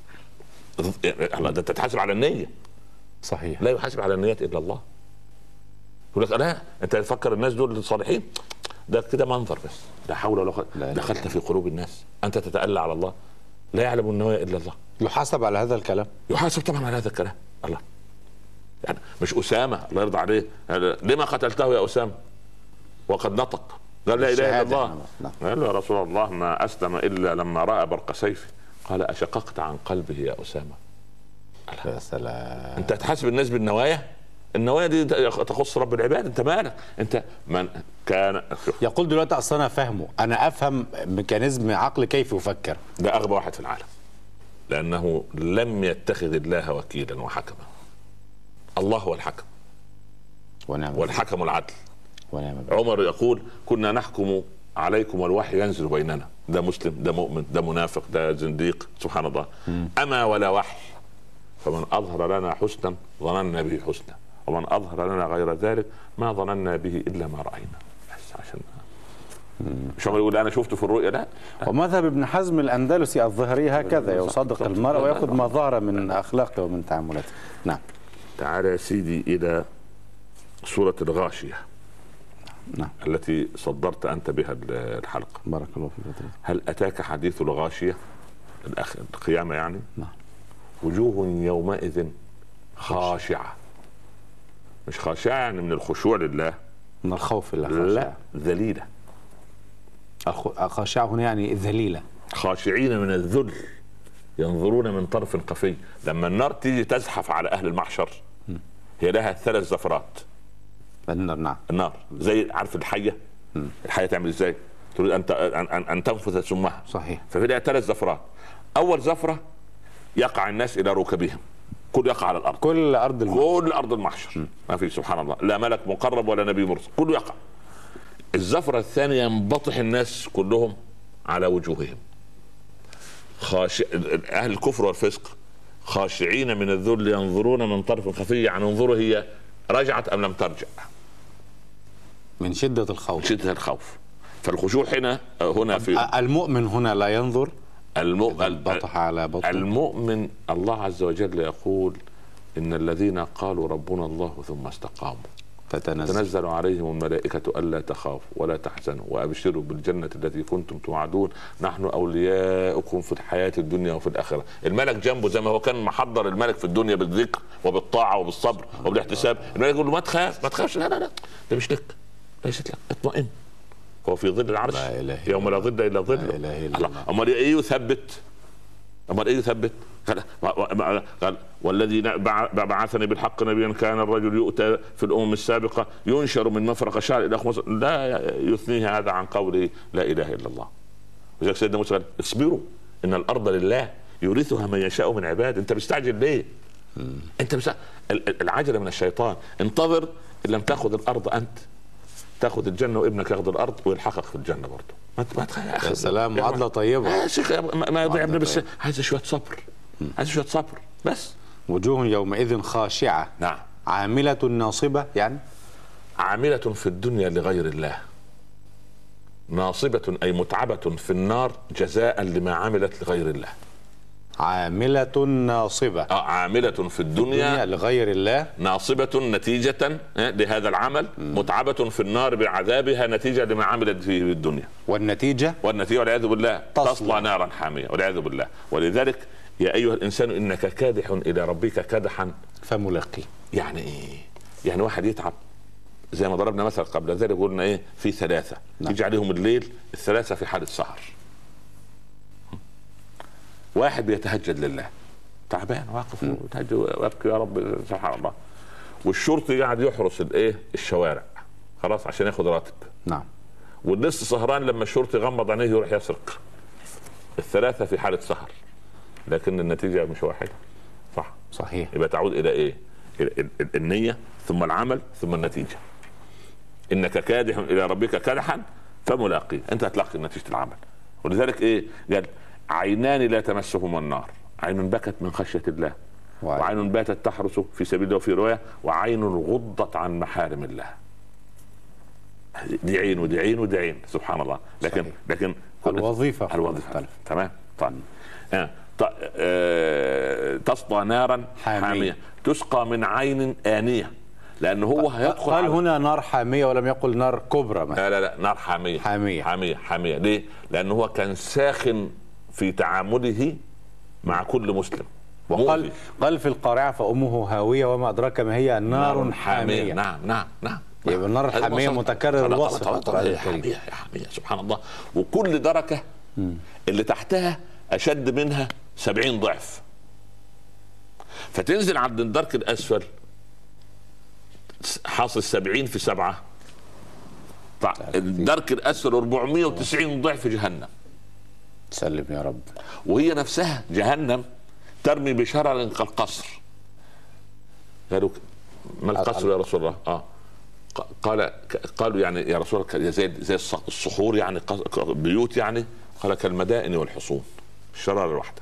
ده تتحاسب على النية. صحيح. لا يحاسب على النيات الا الله. يقول لك لا انت تفكر الناس دول صالحين، ده كده منظر بس، لا حول ولا قوه. دخلت في قلوب الناس، انت تتألى على الله، لا يعلم النوايا الا الله. يحاسب على هذا الكلام؟ يحاسب طبعا على هذا الكلام. الله يعني مش اسامه الله يرضى عليه لما قتلته يا اسامه وقد نطق قال لا اله الا الله. قال له يا رسول الله ما اسلم الا لما راى برق سيفي. قال اشققت عن قلبه يا اسامه؟ يا سلام. انت تحاسب الناس بالنوايا؟ النوايا دي تخص رب العباد، انت مالك؟ انت من كان يقول دلوقتي اصل انا فاهمه، انا افهم ميكانيزم عقل كيف يفكر. ده اغبى واحد في العالم، لانه لم يتخذ الله وكيلا وحكما. الله هو الحكم ونعم والحكم العدل. ونعم. عمر يقول كنا نحكم عليكم والوحي ينزل بيننا، ده مسلم ده مؤمن ده منافق ده زنديق، سبحان الله. م. اما ولا وحي، فمن اظهر لنا حسنا ظننا به حسنا، ومن اظهر لنا غير ذلك ما ظننا به الا ما راينا. بس عشان مش عمر يقول انا شفته في الرؤيا، لا. ومذهب ابن حزم الاندلسي الظهري هكذا، يصدق المرء ويأخذ ما ظهر من اخلاقه ومن تعاملاته. نعم. تعال يا سيدي الى سورة الغاشية. نعم. التي صدرت انت بها الحلقة. بارك الله فيك. هل اتاك حديث الغاشية؟ الاخ القيامة يعني. نعم. وجوه يومئذ خاشعة، مش خاشعة يعني من الخشوع لله، من الخوف لله، لا ذليلة. خاشعة هنا يعني ذليلة، خاشعين من الذل ينظرون من طرف خفي. لما النار تيجي تزحف على اهل المحشر م. هي لها ثلاث زفرات. النار نعم. النار زي عارف الحية، م. الحية تعمل ازاي؟ تريد ان ان ان تنفذ سمها. صحيح. ففي لها ثلاث زفرات. اول زفرة يقع الناس الى ركبهم، كل يقع على الارض، كل ارض المحشر، كل ارض المحشر م. ما في سبحان الله لا ملك مقرب ولا نبي مرسل، كله يقع. الزفرة الثانية ينبطح الناس كلهم على وجوههم، خاشع اهل الكفر والفسق خاشعين من الذل ينظرون من طرف خفي، يعني انظروا هي رجعت ام لم ترجع من شدة الخوف. من شدة الخوف. فالخشوع هنا هنا في المؤمن هنا لا ينظر، المؤمن بطح على بطن. المؤمن الله عز وجل يقول إن الذين قالوا ربنا الله ثم استقاموا تتنزل, تنزل عليهم الملائكة ألا تخافوا ولا تحزنوا وأبشروا بالجنة التي كنتم توعدون نحن أولياؤكم في الحياة الدنيا وفي الآخرة. الملك جنبه زي ما هو كان محضر الملك في الدنيا بالذكر وبالطاعة وبالصبر وبالاحتساب. الملك يقول له ما تخاف ما تخافش، لا لا لا ده مش لك، ليست لك، اطمئن، هو في ظل العرش يوم لا ظل إلا ظل. أمال إيه يثبت؟ أمال إيه يثبت؟ قال والذي بعثني بالحق نبيا كان الرجل يؤتى في الأمم السابقة ينشر من مفرق شعر إلى خمس، لا يثنيه هذا عن قوله لا إله إلا الله. وذلك سيدنا موسى قال اصبروا إن الأرض لله يورثها من يشاء من عباد. أنت مستعجل ليه؟ أنت مستعجل. العجلة من الشيطان. انتظر إن لم تأخذ الأرض أنت تاخذ الجنه وابنك ياخذ الارض ويلحقك في الجنه برضه. ما ما تخاف يا سلام، معادله طيبه يا شيخ. ما يضيع ابني، بس عايز شويه صبر، عايز شويه صبر بس. وجوه يومئذ خاشعه. نعم. عامله ناصبه، يعني عامله في الدنيا لغير الله، ناصبه اي متعبه في النار جزاء لما عملت لغير الله. عاملة ناصبة. آه عاملة في الدنيا, الدنيا لغير الله، ناصبة نتيجة لهذا العمل، م. متعبة في النار بعذابها نتيجة لما عملت في الدنيا. والنتيجة والنتيجة والعياذ بالله تصلى, تصلى نارا حامية والعياذ بالله. ولذلك يا أيها الإنسان إنك كادح إلى ربك كدحا فملاقيه. يعني إيه؟ يعني واحد يتعب زي ما ضربنا مثلا قبل ذلك قلنا إيه في ثلاثة نعم. يجي عليهم الليل الثلاثة في حالة سهر. واحد بيتهجد لله تعبان واقف ويتهجد ويبكي يا رب سبحان الله، والشرطي قاعد يحرس الايه الشوارع خلاص عشان ياخد راتب. نعم. واللص سهران لما الشرطي يغمض عينيه يروح يسرق. الثلاثه في حاله سهر لكن النتيجه مش واحده. صح صحيح. يبقى تعود الى ايه؟ إلى النيه ثم العمل ثم النتيجه. انك كادح الى ربك كدحا فملاقيه، انت هتلاقي نتيجه العمل. ولذلك ايه قال عينان لا تمسهما النار، عين بكت من خشية الله وعين, وعين باتت تحرس في سبيل الله، وفي رواية وعين غضت عن محارم الله. دي عين ودي عين ودي عين سبحان الله. لكن صحيح. لكن الوظيفة الوظيفة تمام. طيب آه. آه. تصلى نارا حامية. حامية تسقى من عين آنية، لأنه هو هيدخل. قال هنا نار حامية ولم يقل نار كبرى مثلا. لا لا لا نار حامية حامية حامية حامية. ليه؟ لأنه هو كان ساخن في تعامله مع كل مسلم. وقال قال في القارعة فأمه هاوية وما أدراك ما هي نار حامية. حامية. نعم نعم نعم. يبقى النار الحامية متكرر الوصف. حامية حامية سبحان الله. وكل دركة اللي تحتها أشد منها سبعين ضعف. فتنزل عند الدرك الاسفل حاصل سبعين في سبعة، الدرك الاسفل أربعمائة وتسعين ضعف جهنم. سلم يا رب. وهي نفسها جهنم ترمي بشرر كالقصر. قالوا ما القصر يا رسول الله؟ اه قال قالوا يعني يا رسول الله زي زي الصخور يعني بيوت يعني. قال كالمدائن والحصون، الشرارة الواحدة.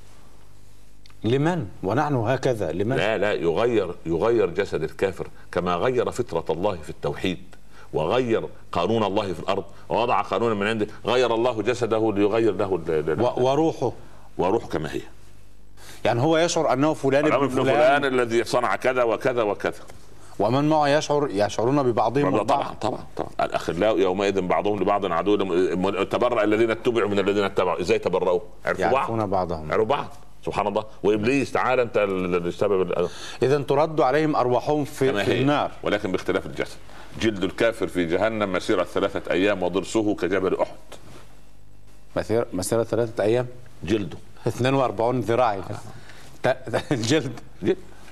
لمن ونحن هكذا لمن؟ لا لا يغير يغير جسد الكافر كما غير فطرة الله في التوحيد وغير قانون الله في الأرض ووضع قانونا من عنده، غير الله جسده ليغير له وروحه وروح كما هي. يعني هو يشعر أنه فلان ابن فلان, فلان الذي صنع كذا وكذا وكذا، ومن معه يشعر يشعرون ببعضهم البعض. طبعا طبعا طبعا. الأخلاء يومئذ بعضهم لبعض عدو. تبرأ الذين اتبعوا من الذين اتبعوا. ازاي تبرؤوا؟ عرفوا يعرفون بعض بعضهم عرفوا بعض. سبحان الله. وابليس تعالى انت السبب. اذا ترد عليهم ارواحهم في, في النار، ولكن باختلاف الجسد. جلد الكافر في جهنم مسيرة ثلاثة ايام وضرسه كجبل احد. مسيرة مسيرة ثلاثة ايام. جلده اثنين وأربعين ذراع الجلد جلد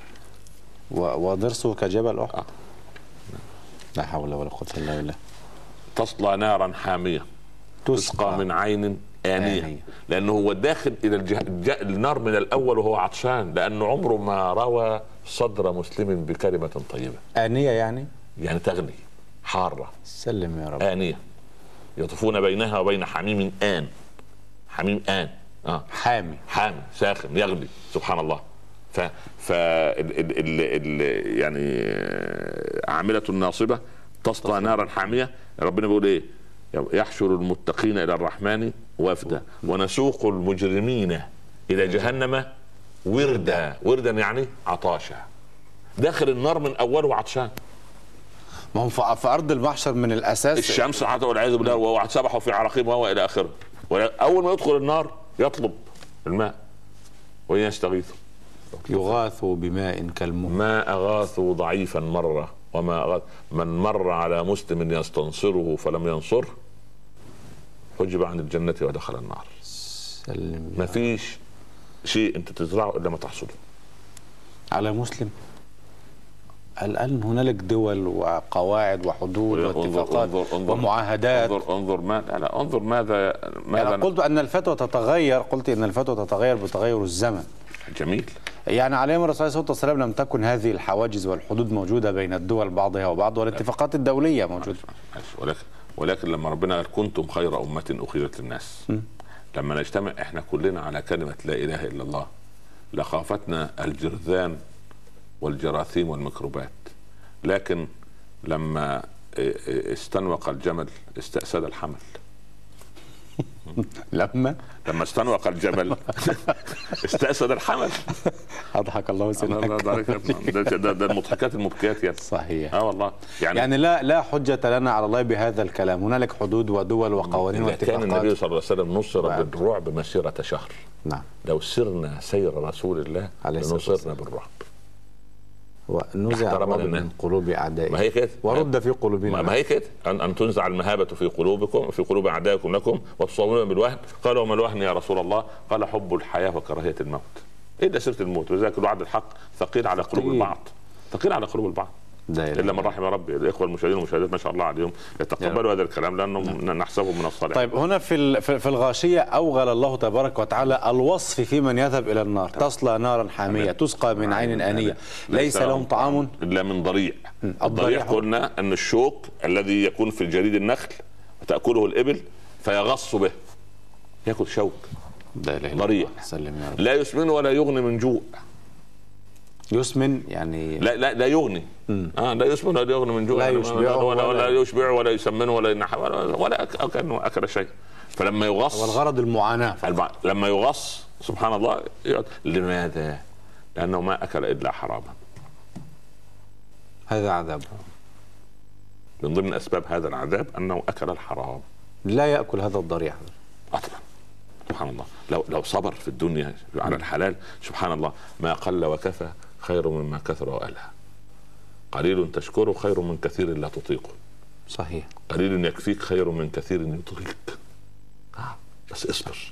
وضرسه كجبل احد. لا حول ولا قوة الا بالله. تصلى نارا حامية تسقى من عين آنية. آنية. لأنه هو داخل إلى الجه... النار من الأول وهو عطشان، لأنه عمره ما روى صدر مسلم بكلمة طيبة. آنية يعني يعني تغلي حارة. سلم يا رب. آنية يطوفون بينها وبين حميم آن. حميم آن آه. حامي حامي ساخن يغلي. سبحان الله. ف, ف... ال... ال... ال... يعني عاملة ناصبة تصلى نارا حامية. ربنا بيقول إيه؟ يحشر المتقين إلى الرحمن وفدا ونسوق المجرمين إلى جهنم وردا. وردا يعني عطاشا، داخل النار من أوله عطشان. ما هم في أرض المحشر من الأساس الشمس حتى والعياذ بالله وهو سبحوا في عراقيم وهو إلى آخره. أول ما يدخل النار يطلب الماء وإن يستغيثوا يغاثوا بماء كالمهل ما أغاثوا ضعيفا مرة وما أغاث. من مر على مسلم يستنصره فلم ينصره حجب عن الجنة ودخل النار. ما فيش شيء انت تزرعه الا ما تحصده على مسلم. الان هنالك دول وقواعد وحدود واتفاقات ومعاهدات. انظر انظر ما لا انظر ماذا ماذا يعني قلت ان الفتوى تتغير. قلت ان الفتوى تتغير بتغير الزمن. جميل. يعني عليه الرسول عليه الصلاه والسلام لم تكن هذه الحواجز والحدود موجوده بين الدول بعضها وبعض، والاتفاقات الدوليه موجوده. ولكن ولكن لما ربنا قال كنتم خير أمة أخرجت للناس، م. لما نجتمع احنا كلنا على كلمة لا إله إلا الله لخافتنا الجرذان والجراثيم والميكروبات. لكن لما استنوق الجمل استأسد الحمل. لما لما استنوق الجمل استأسد الحمل. أضحك الله سنك. ده, ده, ده المضحكات المبكيات يعني. صحيح. اه والله يعني, يعني لا لا حجة لنا على الله بهذا الكلام. هنالك حدود ودول وقوانين واتفاقات. كان النبي صلى الله عليه وسلم نصر بالرعب مسيرة شهر. نعم. لو سرنا سير رسول الله لنصرنا بالرعب. ونزع الرعب من قلوب اعدائكم. ما هي كده. ورد في قلوبنا. ما هي كده. ان ان تنزع المهابه في قلوبكم في قلوب اعدائكم لكم وتصابون بالوهن. قالوا وما الوهن يا رسول الله؟ قال حب الحياه وكراهيه الموت. ايه ده سيره الموت؟ ولذلك الوعد الحق ثقيل على قلوب البعض. ثقيل على قلوب البعض. الا من رحم ربي. الاخوه المشاهدين والمشاهدات ما شاء الله عليهم يتقبلوا هذا الكلام لانهم نحسبه من الصالحين. طيب هنا في في الغاشيه اوغل الله تبارك وتعالى الوصف في من يذهب الى النار. تصلى نارا حاميه تسقى من عين انيه ليس لهم طعام الا من ضريع. الضريع قلنا ان الشوك الذي يكون في جريد النخل وتاكله الابل فيغص به. ياكل شوك. ضريع لا يسمن ولا يغني من جوع. يسمن يعني لا لا لا يغني. اه لا يسمن ولا يغني من جوع. لا يشبع ولا, ولا يشبع ولا يسمن ولا ينحى ولا, ولا كانه اكل شيء. فلما يغص والغرض المعاناه. لما يغص سبحان الله لماذا؟ لانه ما اكل الا حراما. هذا عذاب. من ضمن اسباب هذا العذاب انه اكل الحرام. لا ياكل هذا الضريع اصلا. سبحان الله. لو لو صبر في الدنيا على الحلال سبحان الله ما قل وكفى خير مما كثر وألهى. قليل تشكره خير من كثير لا تطيقه. صحيح. قليل يكفيك خير من كثير يطغيك. آه. بس اصبر.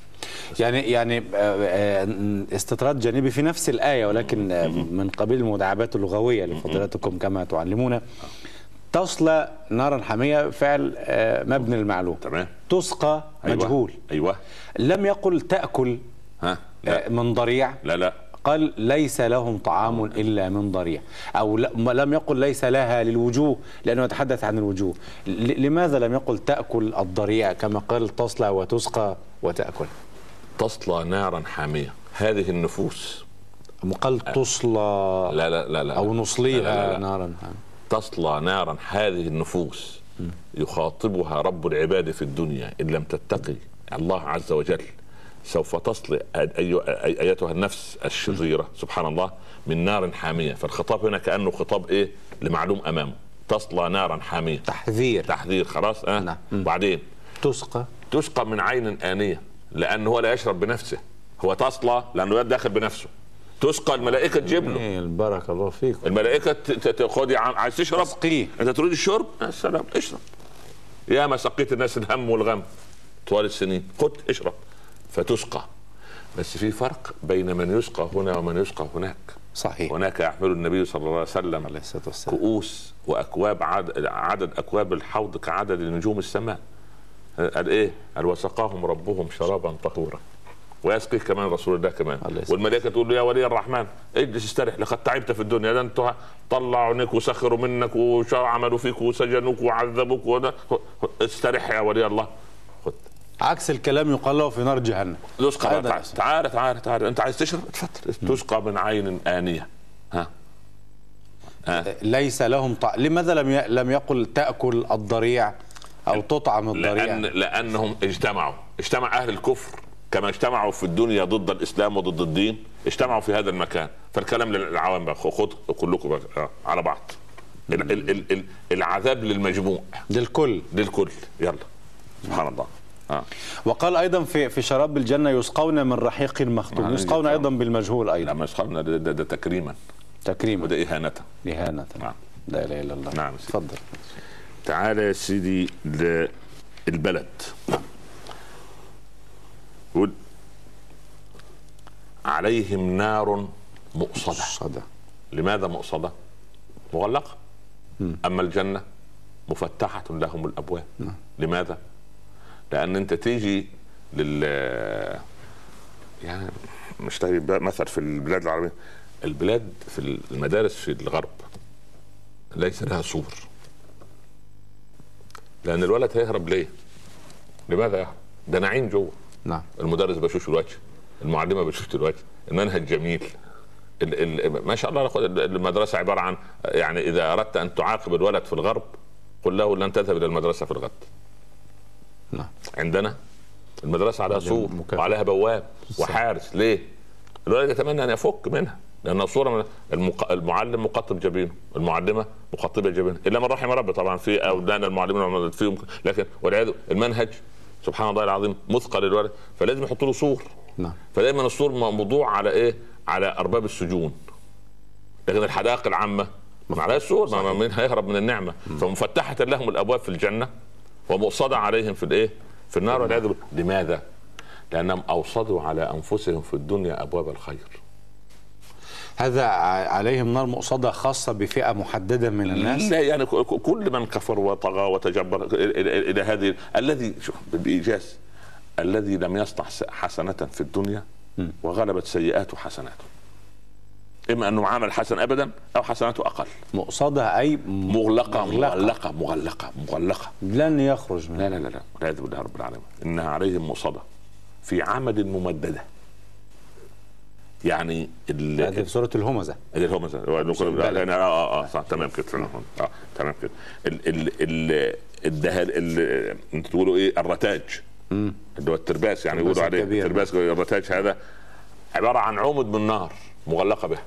يعني يعني استطراد جانبي في نفس الآية ولكن من قبيل المداعبات اللغوية لفضيلتكم كما تعلمون. تصلى نارا حامية فعل مبني المعلوم. تمام. تسقى مجهول. أيوة. لم يقل تأكل ها؟ لا. من ضريع. لا لا، قال ليس لهم طعام إلا من ضريع، أو لم يقل ليس لها للوجوه لأنه يتحدث عن الوجوه. لماذا لم يقل تأكل الضريع كما قال تصلى وتسقى وتأكل؟ تصلى نارا حامية هذه النفوس. قال تصلى لا لا لا لا أو نصليها لا لا لا. نارا حامية. تصلى نارا هذه النفوس يخاطبها رب العباد في الدنيا إن لم تتقي الله عز وجل سوف تصل أيتها النفس الشريرة سبحان الله من نار حامية. فالخطاب هنا كأنه خطاب إيه لمعلوم أمامه. تصلى نارا حامية، تحذير تحذير خلاص. أه؟ نعم. بعدين تسقى تسقى من عين آنية لأنه هو لا يشرب بنفسه، هو تصلى لأنه داخل بنفسه. تسقى الملائكة تجيب له. إيه البركة الله فيك. الملائكة خد عايز تشرب تسقيه. أنت تريد الشرب السلام اشرب. يا ما سقيت الناس الهم والغم طوال السنين، خد اشرب فتسقى. بس في فرق بين من يسقى هنا ومن يسقى هناك. صحيح. هناك يحمل النبي صلى الله عليه وسلم عليه الصلاة والسلام كؤوس وأكواب عدد, عدد أكواب الحوض كعدد نجوم السماء. قال إيه؟ قال وسقاهم ربهم شرابا طهورا ويسقيه كمان رسول الله كمان. والملائكة تقول له يا ولي الرحمن اجلس استرح لقد تعبت في الدنيا، ده انتوا طلعونك وسخروا منك وعملوا فيك وسجنوك وعذبوك، استرح يا ولي الله. خد عكس الكلام يقال له في نار جهنم. تسقى تعال تعال تعال انت عايز تشرب اتفضل. تسقى من عين آنية. ها ها ليس لهم طعام. لماذا لم ي... لم يقل تأكل الضريع او تطعم الضريع؟ لأن لانهم اجتمعوا اجتمع اهل الكفر كما اجتمعوا في الدنيا ضد الاسلام وضد الدين، اجتمعوا في هذا المكان. فالكلام للعوام بقى خد كلكم بقى على بعض. ال ال ال ال العذاب للمجموع للكل للكل يلا سبحان الله. آه. وقال ايضا في في شراب الجنه يسقون من رحيق مختوم. آه. يسقون ايضا بالمجهول ايضا. لا ما يسقون ده, ده, ده تكريما تكريما وده اهانه اهانه. نعم. لا اله الا الله. نعم اتفضل. تعالى يا سيدي للبلد. يقول عليهم نار مؤصده. مؤصده. لماذا مؤصده؟ مغلقه. م. اما الجنه مفتحه لهم الابواب. م. لماذا؟ لان انت تيجي لل يعني مش مثل في البلاد العربيه، البلاد في المدارس في الغرب ليس لها سور، لان الولد هيهرب ليه؟ لماذا يهرب؟ ده نعيم جوه. نعم. المدرس بشوش الوجه، المعلمه بشوش الوجه، المنهج جميل، ال ال ما شاء الله. المدرسه عباره عن يعني اذا اردت ان تعاقب الولد في الغرب قل له لن تذهب الى المدرسه في الغد. نعم. عندنا المدرسه عليها سور وعليها بواب وحارس. ليه؟ الولد يتمنى ان يفك منها لان صوره المق... المعلم مقطب جبينه، المعلمه مقطبه جبينه، الا من رحم ربي طبعا في اولادنا المعلمين فيهم، لكن والعياذ المنهج سبحان الله العظيم مثقل للولد، فلازم يحطوا له سور. نعم. فدايما السور موضوع على ايه؟ على ارباب السجون. لكن الحدائق العامه ما عليها السور، من هيهرب من النعمه. م. فمفتحه لهم الابواب في الجنه ومؤصده عليهم في الايه؟ في النار والعياذ بالله. لماذا؟ لانهم اوصدوا على انفسهم في الدنيا ابواب الخير. هذا عليهم نار مؤصده خاصه بفئه محدده من الناس؟ لا يعني كل من كفر وطغى وتجبر الى هذه الذي شوف بايجاز الذي لم يصنع حسنه في الدنيا وغلبت سيئاته حسناته، اما انه عمل حسن ابدا او حسناته اقل. مؤصده اي مغلقه مغلقه مغلقه مغلقه لن يخرج منها. لا لا لا والعياذ بالله رب العالمين. انها عليهم مؤصده في عمد ممدده. يعني هذه في سوره الهمزه. هذه الهمزه اه اه اه صح تمام كده. اه تمام كده. ال ال ال الدهل انتوا تقولوا ايه؟ الرتاج اللي هو الترباس، يعني يقولوا عليه الترباس. الرتاج هذا عباره عن عمد من نار مغلقه بها.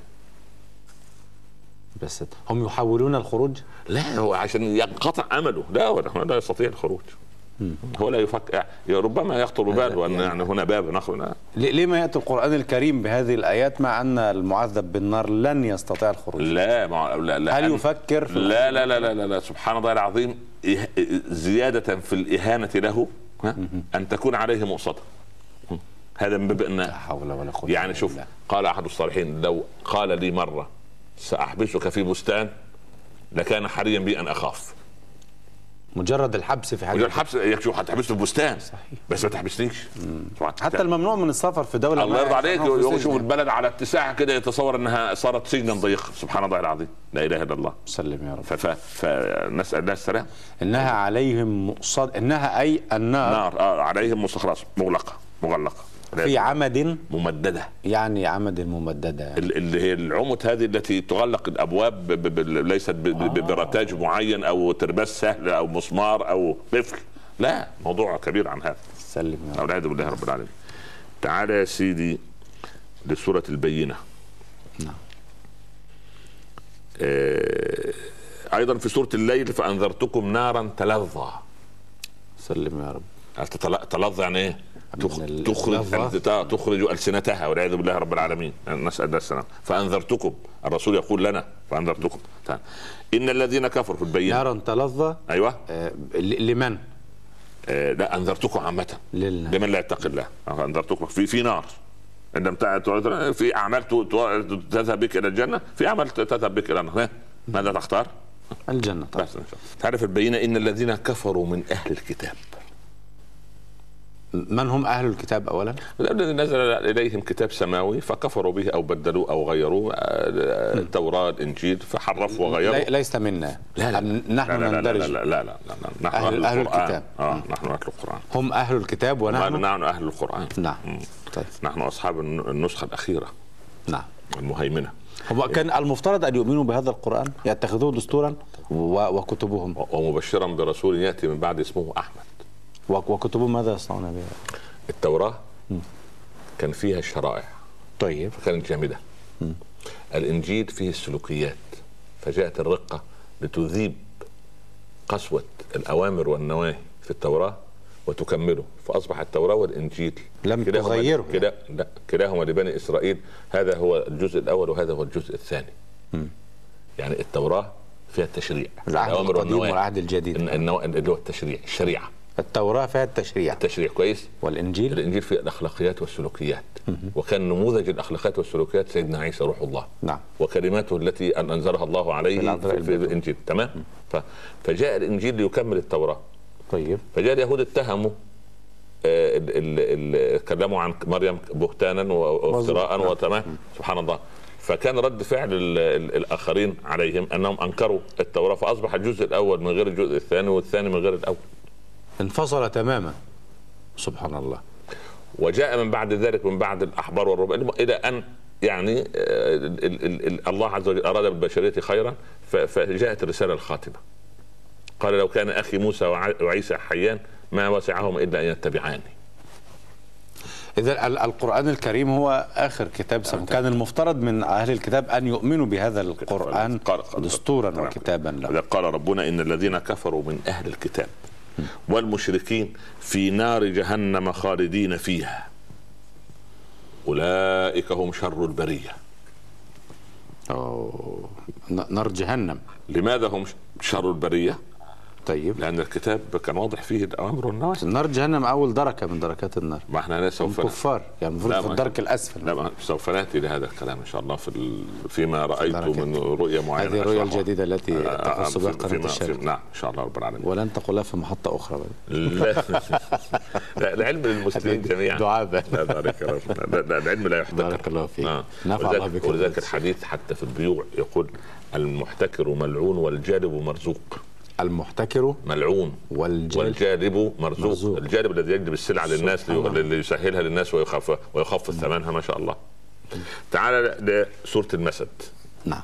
بس هم يحاولون الخروج؟ لا هو عشان ينقطع امله. لا هو لا يستطيع الخروج. مم. هو لا يفكر، ربما يخطر باله ان يعني هنا باب نخرج. ليه ما ياتي القران الكريم بهذه الايات مع ان المعذب بالنار لن يستطيع الخروج؟ لا مع... لا, لا هل يفكر في لا لا لا لا لا, لا سبحان الله العظيم. زياده في الاهانه له ان تكون عليه مؤصده. هذا من باب ان لا حول ولا قوة يعني شوف بالله. قال احد الصالحين لو قال لي مره ساحبسك في بستان لكان حريا بي ان اخاف. مجرد الحبس في حاجه، مجرد الحبس يكفي، حتحبسه في بستان صحيح. بس ما تحبسنيش. حتى الممنوع من السفر في دوله الله يرضى عليك يشوف يعني. البلد على اتساعها كده يتصور انها صارت سجنا ضيقا. سبحان الله العظيم، لا اله الا الله. سلم يا رب. فنسال الله السلام. انها عليهم مؤصد، انها اي النار نار آه عليهم مستخلص مغلقه مغلقه في عمد ممدده، يعني عمد ممدده اللي هي العمد هذه التي تغلق الابواب ب ب ليست ب ب برتاج معين او ترباس سهل او مسمار او قفل، لا موضوع كبير عن هذا. سلم يا رب. والعياذ بالله رب العالمين. تعالى يا سيدي لسورة البينة. نعم. آه ايضا في سورة الليل فانذرتكم نارا تلظى. سلم يا رب. تلظى يعني ايه؟ تخرج تخرج ألسنتها والعياذ بالله رب العالمين، نسأل الله السلام. فأنذرتكم، الرسول يقول لنا فأنذرتكم. إن الذين كفروا في البينة نارا تلظى. أيوة. آه لمن؟ آه لا أنذرتكم عامة لله. لمن لا يتقي الله. أنذرتكم في في نار عندما في أعمال تذهب بك إلى الجنة، في أعمال تذهب بك إلى النار. ماذا تختار؟ الجنة طبعا. تعرف البينة إن الذين كفروا من أهل الكتاب. من هم أهل الكتاب أولا؟ الذين نزل إليهم كتاب سماوي فكفروا به أو بدلوه أو غيروه، التوراة الإنجيل فحرفوا وغيروا. ليس منا. لا لا نحن لا لا نندرج. لا لا لا, لا, لا. نحن أهل, أهل الكتاب. آه نحن أهل القرآن. هم أهل الكتاب ونحن نحن أهل القرآن. نعم. طيب. نحن أصحاب النسخة الأخيرة. نعم. المهيمنة. هو كان المفترض أن يؤمنوا بهذا القرآن، يتخذوه دستورا وكتبهم. ومبشرا برسول يأتي من بعد اسمه أحمد. وكتبهم ماذا يصنعون بها؟ التوراة م. كان فيها الشرائع. طيب. فكانت جامدة. م. الإنجيل فيه السلوكيات، فجاءت الرقة لتذيب قسوة الأوامر والنواهي في التوراة وتكمله، فأصبح التوراة والإنجيل لم تغيره. كلا لا كلاهما لبني إسرائيل. هذا هو الجزء الأول وهذا هو الجزء الثاني. م. يعني التوراة فيها التشريع، العهد القديم والعهد الجديد، اللي هو التشريع، الشريعة. التوراة فيها التشريع. التشريع كويس. والإنجيل الإنجيل فيه الأخلاقيات والسلوكيات. م- وكان نموذج الأخلاقيات والسلوكيات سيدنا عيسى روح الله. نعم. وكلماته التي أنزلها الله عليه في, في, في الإنجيل. تمام. م. فجاء الإنجيل ليكمل التوراة. طيب. فجاء اليهود اتهموا آه كلموا عن مريم بهتانا وافتراء وتمام. سبحان الله. فكان رد فعل ال ال الآخرين عليهم أنهم أنكروا التوراة، فأصبح الجزء الأول من غير الجزء الثاني والثاني من غير الأول. انفصل تماما. سبحان الله. وجاء من بعد ذلك من بعد الأحبار والرهبان إلى أن يعني ال ال ال الله عز وجل أراد بالبشرية خيرا، فجاءت الرسالة الخاتمة. قال لو كان أخي موسى وعيسى حيان ما وسعهم إلا أن يتبعاني. إذا القرآن الكريم هو آخر كتاب سمع. كان المفترض من أهل الكتاب أن يؤمنوا بهذا القرآن دستورا وكتابا له. قال ربنا إن الذين كفروا من أهل الكتاب والمشركين في نار جهنم خالدين فيها أولئك هم شر البرية. أوه. نار جهنم. لماذا هم شر البرية؟ طيب. لأن الكتاب كان واضح فيه الأوامر والنواهي. نار جهنم أول دركة من دركات النار. ما احنا سوف كفار يعني المفروض في الدرك الأسفل. لا سوف نأتي لهذا الكلام إن شاء الله في ال... فيما رأيت من رؤية معينة. هذه الرؤية الجديدة التي تخص بها قناة الشرق. نعم إن شاء الله رب العالمين. ولن تقولها في محطة أخرى. لا العلم للمسلمين جميعا. دعابة. لا بارك الله فيك. لا العلم لا يحتكر. بارك الله فيك. آه. نفع الله بك. ولذلك الحديث حتى في البيوع يقول المحتكر ملعون والجالب مرزوق. المحتكر ملعون والجالب, والجالب مرزوق. مرزوق. الجالب الذي يجلب السلعة للناس ليسهلها للناس ويخف ويخفض ثمنها ما شاء الله. تعال لسورة المسد. نعم.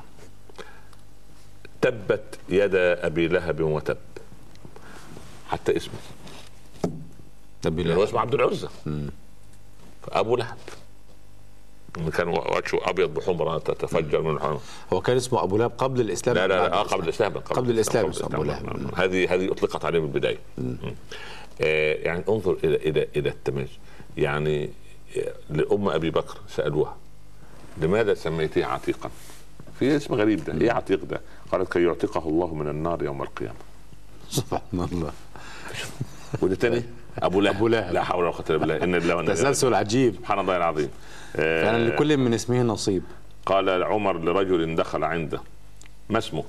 تبت يدا أبي لهب وتب. حتى اسمه أبي لهب اسمه عبد العزة. فأبو لهب كان وجهه ابيض بحمره تتفجر من الحمر. هو كان اسمه ابو لهب قبل الاسلام؟ لا لا, لا قبل الاسلام. قبل, قبل الاسلام ابو لهب. هذه هذه اطلقت عليه من البدايه. آه يعني انظر الى الى الى التمييز. يعني لام ابي بكر سالوها لماذا سميتيه عتيقا؟ في اسم غريب ده. ايه عتيق ده؟ قالت كي يعتقه الله من النار يوم القيامه. سبحان الله. والثاني ابو لهب. ابو لهب. لا حول ولا قوه الا بالله. ان الله تسلسل عجيب. سبحان الله العظيم. كان لكل من اسمه نصيب. قال عمر لرجل دخل عنده: ما اسمك؟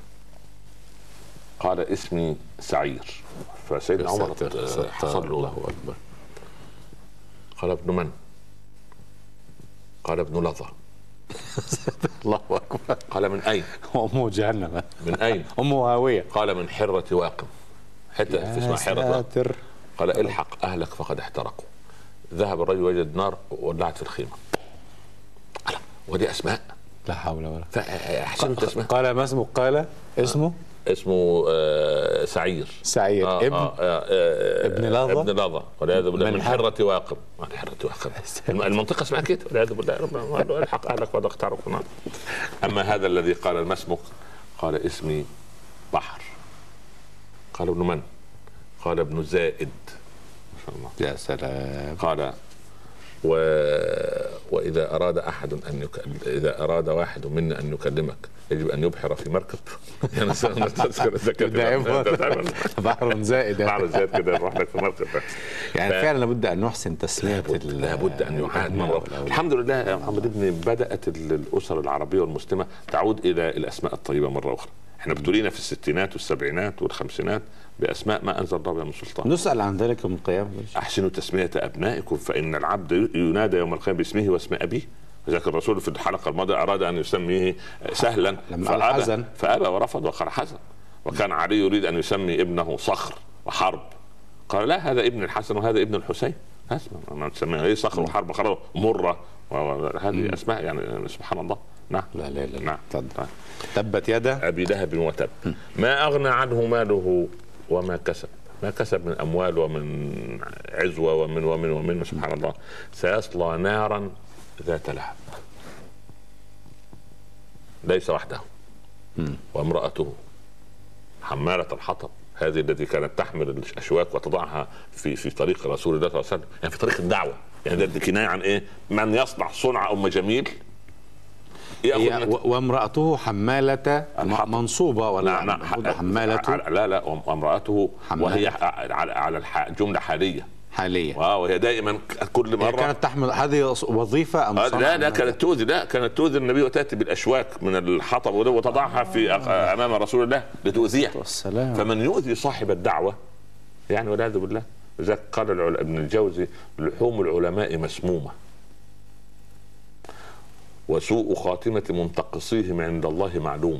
قال: اسمي سعير. فسيدنا عمر حصل له: الله اكبر. قال: ابن من؟ قال: ابن لظى. الله اكبر. قال: من اين؟ امه جهنم. من اين؟ امه هاويه. قال: من حرة واقم، حتى في اسمها حرة واقم. قال: الحق اهلك فقد احترقوا. ذهب الرجل وجد نار ولعت في الخيمه. قال: ودي اسماء؟ لا حول ولا قوه. قال: ما اسمه؟ قال: اسمه اسمه آه سعير. سعير. آه ابن آه آه ابن لظى. ابن لظى والعياذ بالله. من حرة واقم. من حرة واقم. المنطقة اسمها كده والعياذ بالله. الحق اهلك فقد احترقوا. اما هذا الذي قال: ما اسمك؟ قال: اسمي بحر. قال: ابن من؟ قال: ابن زائد. ما شاء الله. يا سلام. قال: و... وإذا أراد أحد أن يك... إذا أراد واحد منا أن يكلمك يجب أن يبحر في مركب. يعني بحر زائد. بحر زائد كده نروح لك في مركب. يعني ف... فعلا لابد أن نحسن تسمية. لابد أن يعاد مرة. الحمد لله يا محمد ابني، بدأت الأسر العربية والمسلمة تعود إلى الأسماء الطيبة مرة أخرى. احنا ابتلينا في الستينات والسبعينات والخمسينات باسماء ما انزل الله بها من سلطان. نسال عن ذلك يوم القيامه. احسنوا تسميه ابنائكم فان العبد ينادى يوم القيامه باسمه واسم ابيه. لذلك الرسول في الحلقه الماضيه اراد ان يسميه سهلا فابى فابى ورفض وقال حزن. وكان علي يريد ان يسمي ابنه صخر وحرب، قال: لا، هذا ابن الحسن وهذا ابن الحسين. اسمع ما تسميه ايه صخر وحرب خلاص مره. هذه اسماء يعني سبحان الله. نعم. لا لا لا. نعم. تبت يدا ابي لهب وتب ما اغنى عنه ماله وما كسب. ما كسب من اموال ومن عزوه ومن ومن ومن سبحان الله. سيصلى نارا ذات لهب. ليس وحده وامراته حماله الحطب، هذه التي كانت تحمل الاشواك وتضعها في في طريق رسول الله صلى الله عليه وسلم، يعني في طريق الدعوه. يعني ده كنايه عن ايه؟ من يصنع صنع ام جميل. وامرأته حمالة منصوبة ولا نعم حمالة؟ لا لا وامرأته وهي على جملة حالية حالية. وهي دائما كل مرة كانت تحمل. هذه وظيفة أم صنع؟ لا لا كانت تؤذي. لا كانت تؤذي النبي وتأتي بالأشواك من الحطب وتضعها في أمام رسول الله لتؤذيه. فمن يؤذي صاحب الدعوة يعني والعياذ بالله. لذلك قال ابن الجوزي: لحوم العلماء مسمومة وسوء خاتمة منتقصيهم عند الله معلومة.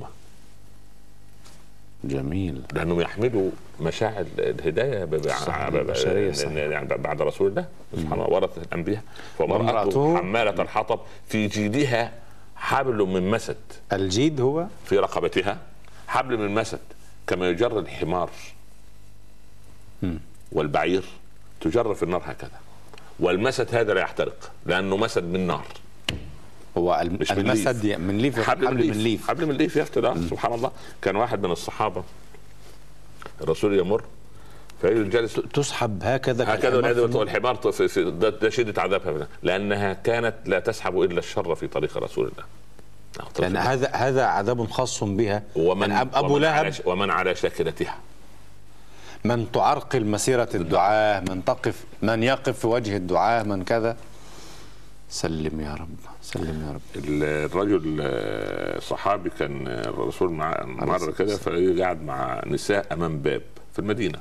جميل. لأنهم يحملوا مشاعر الهداية بشرية يعني بعد رسول الله سبحان الله ورثة الأنبياء. ومرأته حمالة الحطب في جيدها حبل من مسد. الجيد هو في رقبتها حبل من مسد كما يجر الحمار م. والبعير تجر في النار هكذا. والمسد هذا لا يحترق لأنه مسد من نار. هو المسد من ليف. حبل من ليف. حبل من ليف يفتح. سبحان الله. كان واحد من الصحابة الرسول يمر فيجي جالس تسحب هكذا هكذا والحمار في, في ده شدة عذابها لأنها كانت لا تسحب إلا الشر في طريق رسول الله. لأن هذا هذا عذاب خاص بها. ومن أبو لهب ومن على شاكلتها، من تعرقل مسيرة الدعاة، من تقف من يقف في وجه الدعاة، من كذا. سلم يا رب سلم يا رب. الرجل صحابي كان الرسول مع مرة كده فقعد مع نساء أمام باب في المدينة.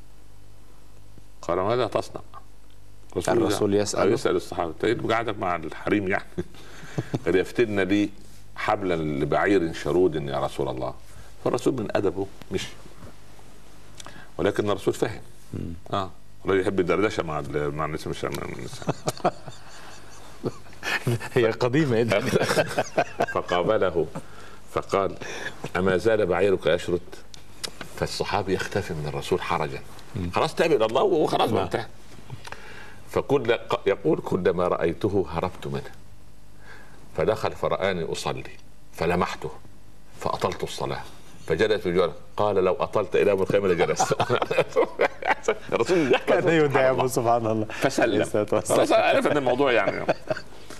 قال: ماذا تصنع؟ الرسول, الرسول يسأل يسأل الصحابة: طيب قاعدك مع الحريم يعني؟ قال: يفتن لي حبلا لبعير شرود يا رسول الله. فالرسول من أدبه مشي، ولكن الرسول فهم. اه الرجل يحب الدردشة مع مع النساء مش مع النساء. هي قديمة. فقابله فقال: أما زال بعيرك يشرد؟ فالصحابي يختفي من الرسول حرجا، خلاص تاب إلى الله وخلاص انتهى. فكل يقول: كلما رأيته هربت منه فدخل فرآني أصلي فلمحته فأطلت الصلاة فجلس بجواره. قال: لو أطلت إلى يوم القيامة لجلست. الرسول كان يدعم سبحان الله. فسلم. عرف أن الموضوع يعني.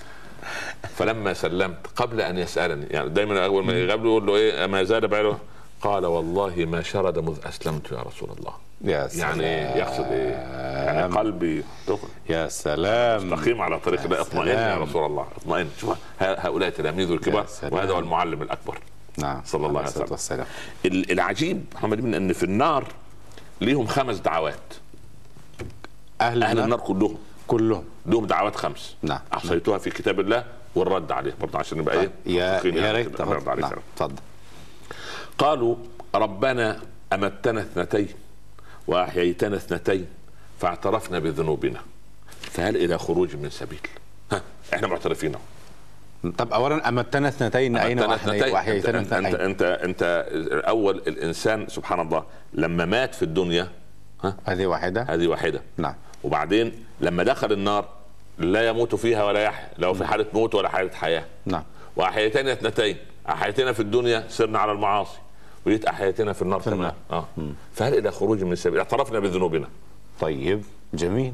فلما سلمت قبل أن يسألني، يعني دايما أول ما يقابله يقول له: إيه ما زال بعيره؟ قال والله ما شرد مذ اسلمت يا رسول الله. يا سلام. يعني يقصد ايه؟ يعني قلبي دخل. يا سلام. مستقيم على طريق الله. اطمئن يا رسول الله اطمئن. شوف هؤلاء تلاميذ الكبار وهذا هو المعلم الاكبر. نعم صلى الله عليه وسلم. العجيب محمد بن ان في النار ليهم خمس دعوات. اهل, أهل النار كلهم كلهم لهم دعوات خمس. نعم. احصيتوها في كتاب الله والرد عليه برضه عشان نبقى ايه؟ يا يا ريت تفضل. قالوا ربنا امتنا اثنتين واحييتنا اثنتين فاعترفنا بذنوبنا فهل الى خروج من سبيل؟ ها احنا معترفين اهو. طب اولا امتنا اثنتين اين واحييتنا اثنتين؟ انت انت انت الاول الانسان سبحان الله لما مات في الدنيا ها هذه واحده هذه واحده. نعم. وبعدين لما دخل النار لا يموت فيها ولا يحيا، لو في حاله موت ولا حاله حياه. نعم. واحييتنا اثنتين، احييتنا في الدنيا سرنا على المعاصي وجيت احييتنا في النار كمان. اه فهل الى خروج من السبيل؟ اعترفنا بذنوبنا. طيب جميل.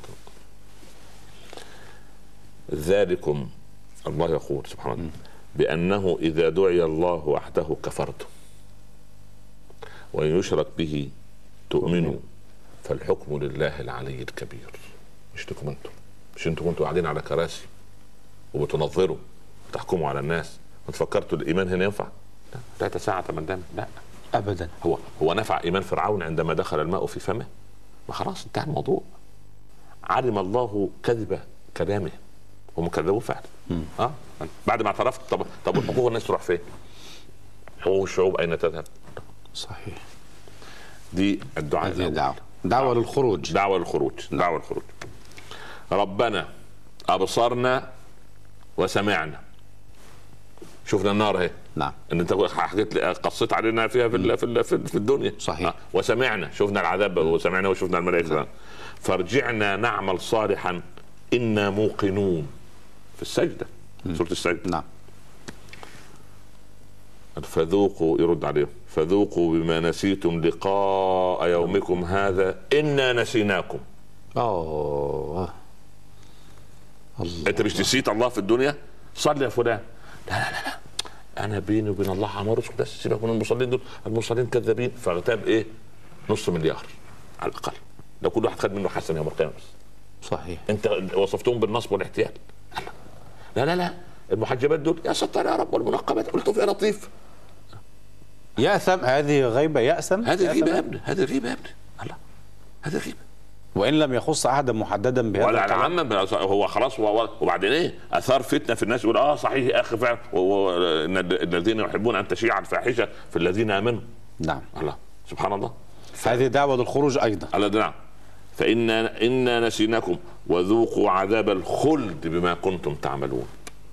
ذلكم الله يقول سبحانه وتعالى بانه اذا دعي الله وحده كفرتم وان يشرك به تؤمنوا فالحكم لله العلي الكبير. مش لكم انتم، مش انتم كنتوا قاعدين على كراسي وبتنظروا وتحكموا على الناس وتفكرتوا الايمان هنا ينفع؟ لا لا ساعة من دم. لا ابدا. هو هو نفع ايمان فرعون عندما دخل الماء في فمه؟ ما خلاص انتهى الموضوع. علم الله كذب كلامه هم كذبوا فعلا. اه بعد ما اعترفت. طب طب حقوق الناس تروح فين؟ حقوق الشعوب اين تذهب؟ صحيح. دي الدعاء. هذه دعوة دعوة للخروج. دعوة للخروج. دعوة للخروج. ربنا أبصرنا وسمعنا. شفنا النار اهي. نعم. ان انت حكيت قصيت علينا فيها في في في الدنيا. صحيح. آه. وسمعنا شفنا العذاب وسمعنا وشفنا الملائكة. نعم. فارجعنا نعمل صالحا إنا موقنون في السجدة. سورة السجدة. نعم. فذوقوا يرد عليهم فذوقوا بما نسيتم لقاء يومكم هذا إنا نسيناكم. أوه الله. أنت مش نسيت الله في الدنيا؟ صلي يا فلان. لا لا لا, لا. أنا بيني وبين الله عمار اسكت بس سيبك من المصلين دول، المصلين كذابين. فاغتاب إيه؟ نص مليار على الأقل. لو كل واحد خد منه حسن يوم القيامة. صحيح. أنت وصفتهم بالنصب والاحتيال. لا لا لا المحجبات دول يا ستار يا رب والمنقبات قلت في لطيف. يأثم. هذه غيبة يأثم. هذه غيبة يا ابني. هذه غيبة يا ابني. الله هذه غيبة. وإن لم يخص أحدا محددا بهذا ولا على عامة هو خلاص. وبعدين إيه أثار فتنة في الناس يقول آه صحيح يا أخي فعلا الذين يحبون أن تشيع الفاحشة في الذين آمنوا. نعم. الله سبحان الله. هذه دعوة للخروج أيضا. الله نعم. فإنا إنا نسيناكم وذوقوا عذاب الخلد بما كنتم تعملون.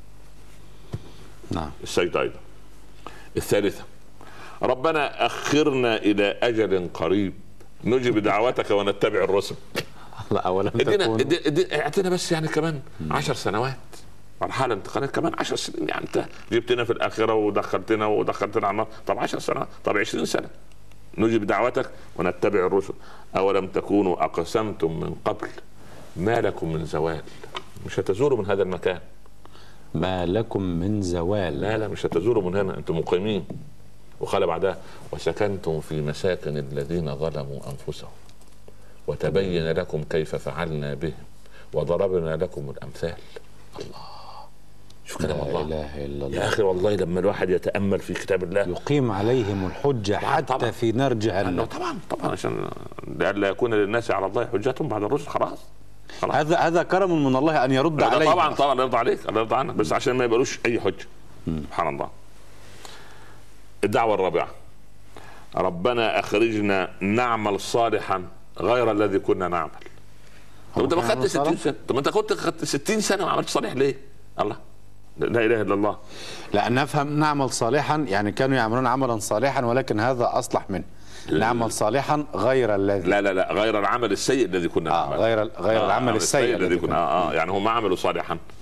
نعم. السجدة أيضا. الثالثة ربنا أخرنا إلى أجل قريب نجب دعوتك ونتبع الرسل. لا أولا ادينا اعطينا بس يعني كمان عشر سنوات مرحلة انتقالات كمان عشر سنين. يعني انت جبتنا في الآخرة ودخلتنا ودخلتنا على النار. طب عشر سنوات طب عشرين سنة نجب دعوتك ونتبع الرسل أولم تكونوا أقسمتم من قبل ما لكم من زوال. مش هتزوروا من هذا المكان. ما لكم من زوال. لا لا مش هتزوروا من هنا أنتم مقيمين. وقال بعدها وسكنتم في مساكن الذين ظلموا أنفسهم وتبين لكم كيف فعلنا بهم وضربنا لكم الأمثال. الله شوف كلام الله. لا إله إلا الله. يا أخي والله لما الواحد يتأمل في كتاب الله يقيم عليهم الحجة حتى طبعًا. في نار جهنم. طبعا طبعا عشان لئلا يكون للناس على الله حجتهم بعد الرسل. خلاص هذا هذا كرم من الله أن يرد عليهم. طبعا طبعا يرضى عليك الله يرضى عنك بس عشان ما يبقالوش أي حجة. سبحان الله. الدعوة الرابعة ربنا أخرجنا نعمل صالحا غير الذي كنا نعمل. طب انت ما خدت ستين سنة. طب انت كنت خدت ستين سنة وما عملتش صالح ليه؟ الله لا إله إلا الله. لا نفهم نعمل صالحا يعني كانوا يعملون عملا صالحا ولكن هذا أصلح منه. نعمل صالحا غير الذي لا لا لا غير العمل السيء الذي كنا آه نعمل. غير غير آه العمل السيء, السيء الذي كنا آه, اه يعني هم عملوا صالحا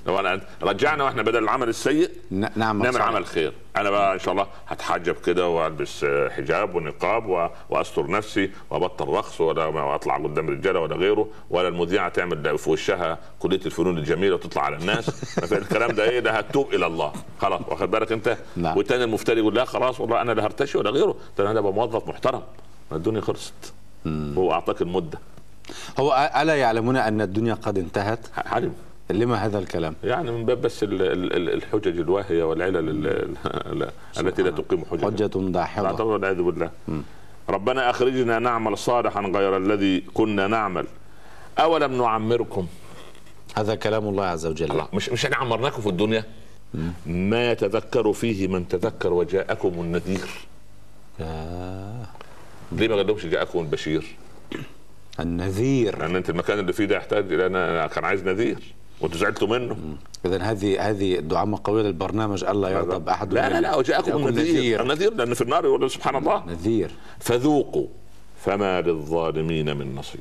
لو انا رجعنا واحنا بدل العمل السيء نعم نعمل عمل خير. انا بقى ان شاء الله هتحجب كده والبس حجاب ونقاب واستر نفسي وابطل رقص ولا واطلع قدام رجاله ولا غيره، ولا المذيعه تعمل في وشها كليه الفنون الجميله وتطلع على الناس. الكلام ده ايه؟ ده هتوب الى الله خلاص، واخد بالك انت؟ نعم. والتاني المفتري يقول لا خلاص والله انا لا هرتشي ولا غيره، ده انا ابقى موظف محترم، الدنيا خلصت. هو اعطاك المده. هو الا يعلمون ان الدنيا قد انتهت؟ علم. لما هذا الكلام؟ يعني من باب بس الحجج الواهيه والعلل التي لا تقيم حجه حجة داحضة والعياذ بالله. ربنا اخرجنا نعمل صالحا غير الذي كنا نعمل اولم نعمركم. هذا كلام الله عز وجل. الله مش مش احنا عمرناكم في الدنيا مم. ما يتذكر فيه من تذكر وجاءكم النذير. آه. ليه ما قالهمش جاءكم البشير؟ النذير لان انت المكان اللي فيه ده يحتاج الى انا كان عايز نذير وانتوا زعلتوا منه. اذا هذه هذه دعامه قويه للبرنامج، الله يرضى باحد. لا لا لا وجاءكم النذير. النذير لان في النار يقول سبحان الله نذير. فذوقوا فما للظالمين من نصير.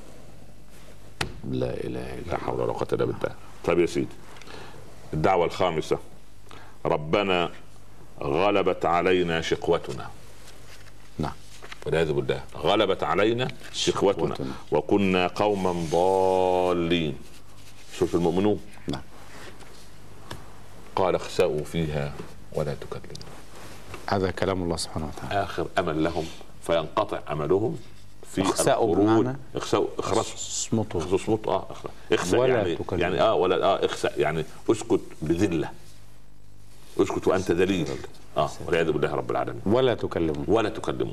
لا اله الا الله. لا حول ولا قوه الا بالله. طيب يا سيدي، الدعوه الخامسه، ربنا غلبت علينا شقوتنا. نعم والعياذ بالله، غلبت علينا شقوتنا وكنا قوما ضالين. سورة المؤمنون. نعم. قال اخسأوا فيها ولا تكلموا. هذا كلام الله سبحانه وتعالى. آخر أمل لهم فينقطع أملهم في اخسأوا بمعنى اخسأوا اخرس اصمتوا اصمتوا اه اخسأ يعني تكلم. يعني اه ولا اه اخسأ يعني اسكت بذلة، اسكت وأنت ذليل. اه والعياذ بالله رب العالمين. ولا تكلموا ولا تكلموا.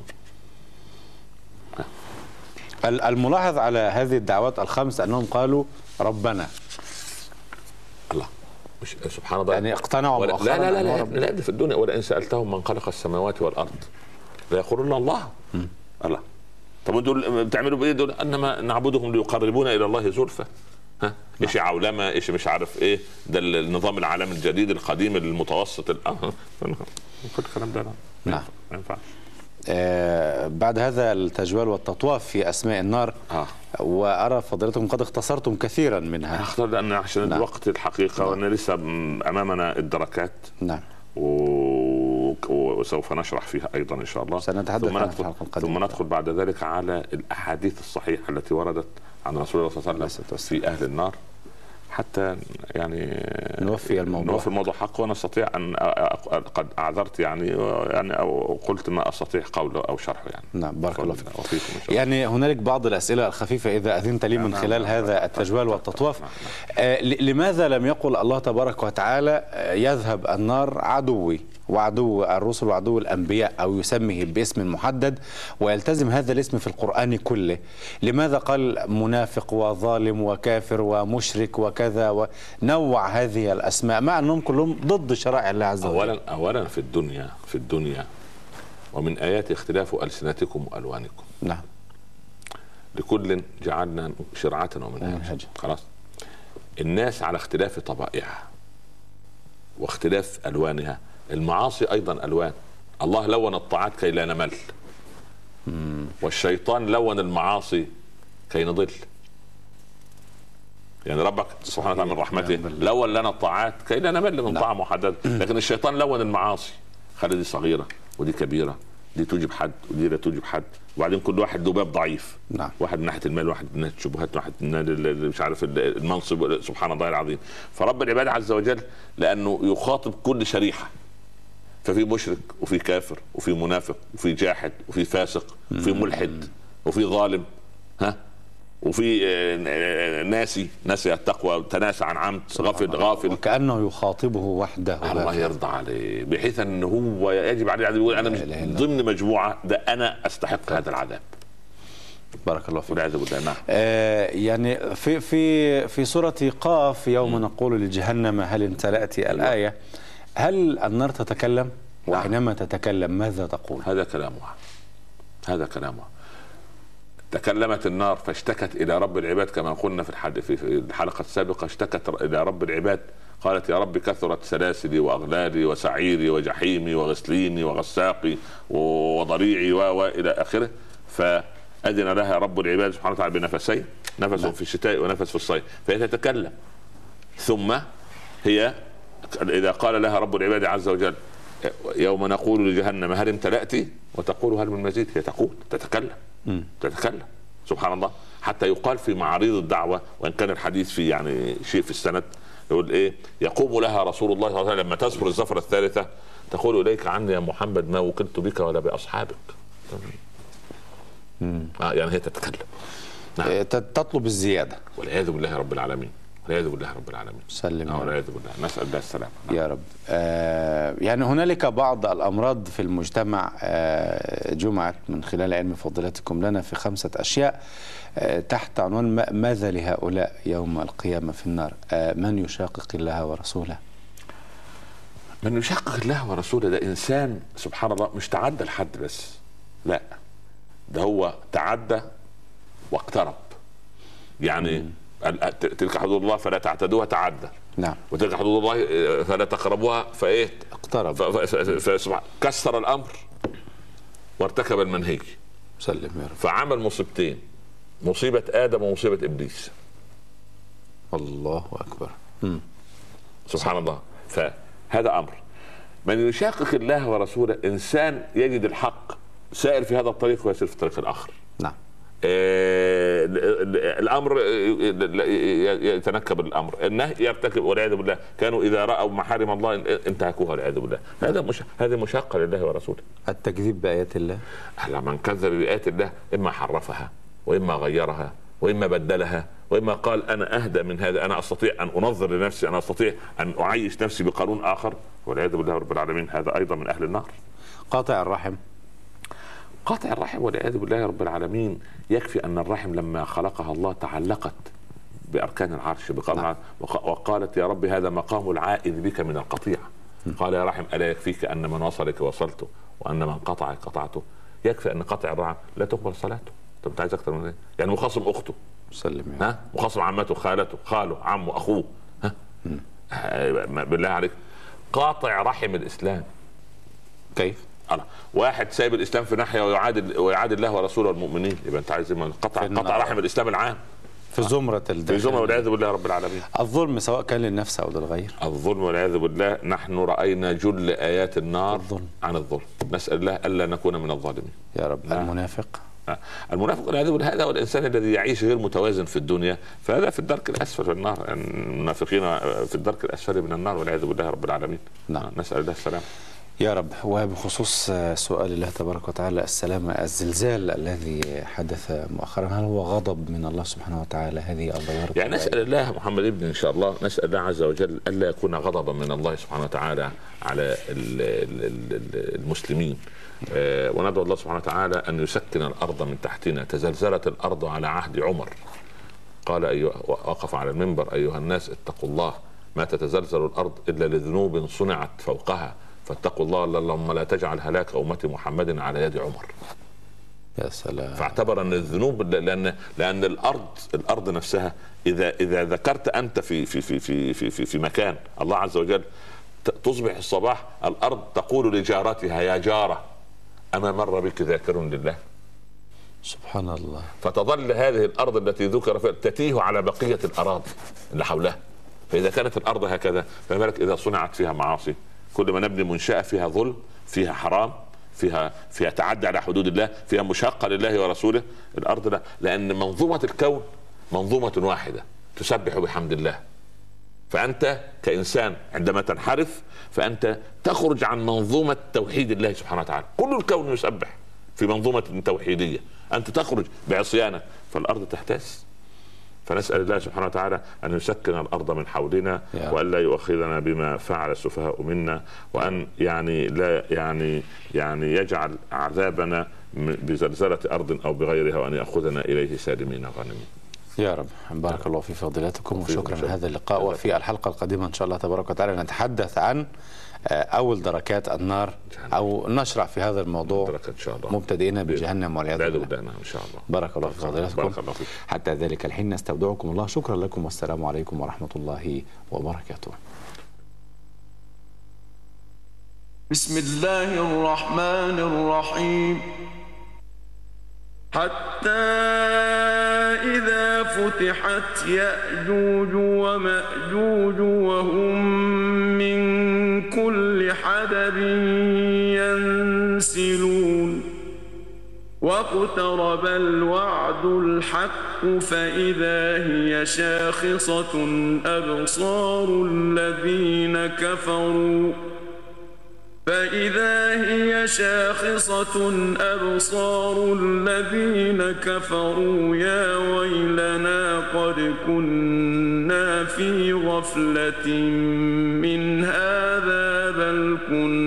الملاحظ على هذه الدعوات الخمس أنهم قالوا ربنا. الله مش سبحان الله يعني اقتنعوا مؤخرا. لا لا لا لا, لا ده في الدنيا. ولئن سألتهم من خلق السماوات والأرض ليقولون الله. م. الله. طب انتوا بتعملوا بايه دول؟ انما نعبدهم ليقربونا الى الله زلفى. ها ايش عولمه ايش مش عارف ايه ده النظام العالمي الجديد القديم المتوسط اه كل الكلام ده. نعم ما ينفعش. آه بعد هذا التجوال والتطواف في أسماء النار آه. وأرى فضيلتكم قد اختصرتم كثيرا منها. اختار لأن عشان نعم. الوقت الحقيقة. نعم. وأن لسه أمامنا الدركات. نعم. و... وسوف نشرح فيها أيضا إن شاء الله. سنتحدث ثم ندخل, ثم ندخل بعد ذلك على الأحاديث الصحيحة التي وردت عن رسول الله صلى الله عليه وسلم في أهل النار حتى يعني نوفي الموضوع نوفي الموضوع حقه. ونستطيع ان قد اعذرت يعني يعني او قلت ما استطيع قوله او شرحه يعني. نعم بارك الله فيك. يعني هنالك بعض الاسئله الخفيفه اذا اذنت لي من خلال نعم هذا نعم التجوال والتطواف. نعم نعم آه لماذا لم يقل الله تبارك وتعالى يذهب النار عدوي وعدو الرسل وعدو الأنبياء أو يسميه باسم محدد ويلتزم هذا الاسم في القرآن كله؟ لماذا قال منافق وظالم وكافر ومشرك وكذا ونوع هذه الأسماء مع أنهم كلهم ضد شرائع الله عز وجل؟ أولا أولا في الدنيا في الدنيا ومن آيات اختلاف ألسنتكم وألوانكم. نعم. لكل جعلنا شرعة ومنهاجا. خلاص. الناس على اختلاف طبائعها واختلاف ألوانها. المعاصي أيضا ألوان. الله لون الطاعات كي لا نمل، والشيطان لون المعاصي كي نضل. يعني ربك سبحانه وتعالى من رحمته لون لنا الطاعات كي لا نمل من طاعة محددة، لكن الشيطان لون المعاصي خلي دي صغيرة ودي كبيرة، دي توجب حد ودي لا توجب حد، وبعدين كل واحد له باب ضعيف. نعم. واحد من ناحيه المال، واحد من ناحيه الشبهات، واحد من ناحيه مش عارف المنصب. سبحان الله العظيم. فرب العباد عز وجل لانه يخاطب كل شريحه، ففي مشرك وفي كافر وفي منافق وفي جاحد وفي فاسق وفي ملحد وفي ظالم، ها، وفي ناسي ناسي التقوى، تناسى عن عمد، غافل غافل، وكأنه يخاطبه وحده. الله يرضى عليه، بحيث ان هو يجب عليه يقول انا مش ضمن مجموعه، ده انا استحق هذا العذاب. بارك الله فيك. والعياذ بالله. نعم. آه يعني في في في سورة قاف يوم م. نقول لجهنم هل امتلأت الآية، هل النار تتكلم؟ وحينما تتكلم ماذا تقول؟ هذا كلامها هذا كلامها تكلمت النار فاشتكت إلى رب العباد كما قلنا في في الحلقة السابقة، اشتكت إلى رب العباد قالت يا رب كثرت سلاسلي وأغلالي وسعيري وجحيمي وغسليني وغساقي وضريعي وإلى آخره، فأذن لها رب العباد سبحانه وتعالى بنفسين، نفس في الشتاء ونفس في الصيف، فهي تتكلم. ثم هي إذا قال لها رب العباد عز وجل يوم نقول لجهنم هل امتلأت وتقول هل من مزيد، هي تقول تتكلم م. تتكلم سبحان الله. حتى يقال في معارض الدعوة وإن كان الحديث في يعني شيء في السند، يقول إيه يقوم لها رسول الله صلى الله عليه وسلم لما تزفر الزفرة الثالثة تقول إليك عني يا محمد ما وكلت بك ولا بأصحابك. آه يعني هي تتكلم نعم. تطلب الزيادة والعياذ بالله رب العالمين، والعياذ بالله رب العالمين. سلم آه والعياذ بالله، نسأل الله السلامة. نعم. يا رب. آه يعني هنالك بعض الأمراض في المجتمع آه جمعت من خلال علم فضيلتكم لنا في خمسة أشياء آه تحت عنوان ماذا لهؤلاء يوم القيامة في النار. آه من يشاقق الله ورسوله؟ من يشاقق الله ورسوله ده إنسان سبحان الله مش تعدى لحد بس، لا ده هو تعدى واقترب. يعني مم. تلك حدود الله فلا تعتدوها تعدى، نعم، وتلك حدود الله فلا تقربوها فايه اقترب، كسر الامر وارتكب المنهي. سلم يا رب. فعمل مصيبتين، مصيبه ادم ومصيبه ابليس. الله اكبر. مم. سبحان الله. فهذا امر. من يشاقق الله ورسوله انسان يجد الحق سائر في هذا الطريق ويسير في الطريق الاخر. نعم. آه الامر يتنكب الامر، النهي يرتكب والعياذ بالله. كانوا اذا راوا محارم الله انتهكوها والعياذ بالله. هذا مش هذه مشاقه لله ورسوله. التكذيب بايات الله، على من كذب بايات الله اما حرفها واما غيرها واما بدلها واما قال انا اهدى من هذا، انا استطيع ان انظر لنفسي، انا استطيع ان اعيش نفسي بقانون اخر والعياذ بالله رب العالمين. هذا ايضا من اهل النار. قاطع الرحم، قاطع الرحم والعياذ بالله رب العالمين. يكفي أن الرحم لما خلقها الله تعلقت بأركان العرش بقام نعم. وقالت يا رب هذا مقام العائذ بك من القطيعة. قال يا رحم ألا يكفيك أن من وصلك وصلته وأن من قطعك قطعته. يكفي أن قطع الرحم لا تقبل صلاته. طب أنت عايز أكتر من إيه؟ يعني مخاصم أخته، سلم ها، مخاصم عمته خالته خاله عمه أخوه، ها بالله عليك. قاطع رحم الإسلام كيف؟ الله. واحد سايب الاسلام في ناحيه ويعادل ويعادل الله ورسوله والمؤمنين، يبقى انت عايز قطع قطع رحم الاسلام العام في زمره في زمره والعياذ بالله رب العالمين. الظلم سواء كان للنفس او للغير، الظلم والعياذ بالله. نحن راينا جل ايات النار الظلم. عن الظلم، نسال الله الا نكون من الظالمين يا رب. آه. المنافق آه. المنافق والعياذ بالله هذا هو الانسان الذي يعيش غير متوازن في الدنيا، فهذا في الدرك الاسفل في النار. المنافقين في الدرك الاسفل من النار والعياذ بالله رب العالمين. نعم. آه. نسال الله السلامه يا رب. وبخصوص سؤال الله تبارك وتعالى السلامة، الزلزال الذي حدث مؤخرا هل هو غضب من الله سبحانه وتعالى؟ هذه الظواهر يعني نسأل الله محمد ابن إن شاء الله، نسأل الله عز وجل ألا يكون غضبا من الله سبحانه وتعالى على المسلمين. وندعو الله سبحانه وتعالى أن يسكن الأرض من تحتنا. تزلزلت الأرض على عهد عمر، قال أيها، وقف على المنبر أيها الناس اتقوا الله ما تتزلزل الأرض إلا لذنوب صنعت فوقها فاتقوا الله اللهم لا تجعل هلاك أمة محمد على يد عمر. يا سلام. فاعتبر ان الذنوب لان لان الارض الارض نفسها اذا اذا ذكرت انت في في في في في في, في مكان الله عز وجل تصبح الصباح الارض تقول لجارتها يا جاره اما مر بك ذاكر لله. سبحان الله. فتظل هذه الارض التي ذكر فيها تتيه على بقيه الاراضي اللي حولها. فاذا كانت الارض هكذا فما بالك اذا صنعت فيها معاصي. كل ما نبني منشأة فيها ظلم، فيها حرام، فيها فيها تعدي على حدود الله، فيها مشاقة لله ورسوله. الأرض لا، لأن منظومة الكون منظومة واحدة تسبح بحمد الله. فأنت كإنسان عندما تنحرف فأنت تخرج عن منظومة توحيد الله سبحانه وتعالى. كل الكون يسبح في منظومة توحيدية، أنت تخرج بعصيانك فالأرض تهتز. فنسأل الله سبحانه وتعالى أن يسكن الأرض من حولنا وأن لا يؤاخذنا بما فعل السفهاء منا، وأن يعني لا يعني يعني يجعل عذابنا بزلزلة أرض أو بغيرها، وأن يأخذنا إليه سالمين غانمين. يا رب. بارك الله في فضيلتكم وشكرا على هذا اللقاء. وفي الحلقة القادمة إن شاء الله تبارك وتعالى نتحدث عن أول دركات النار أو نشرع في هذا الموضوع مبتدئين بجهنم والعياذ بالله إن شاء الله. بارك الله في فضيلتكم. حتى ذلك الحين نستودعكم الله. شكرا لكم والسلام عليكم ورحمة الله وبركاته. بسم الله الرحمن الرحيم. حتى إذا فتحت يأجوج ومأجوج وهم عدب ينسلون واقترب الوعد الحق فإذا هي شاخصة أبصار الذين كفروا فإذا هي شاخصة أبصار الذين كفروا يا ويلنا قد كنا في غفلة من هذا بل كنا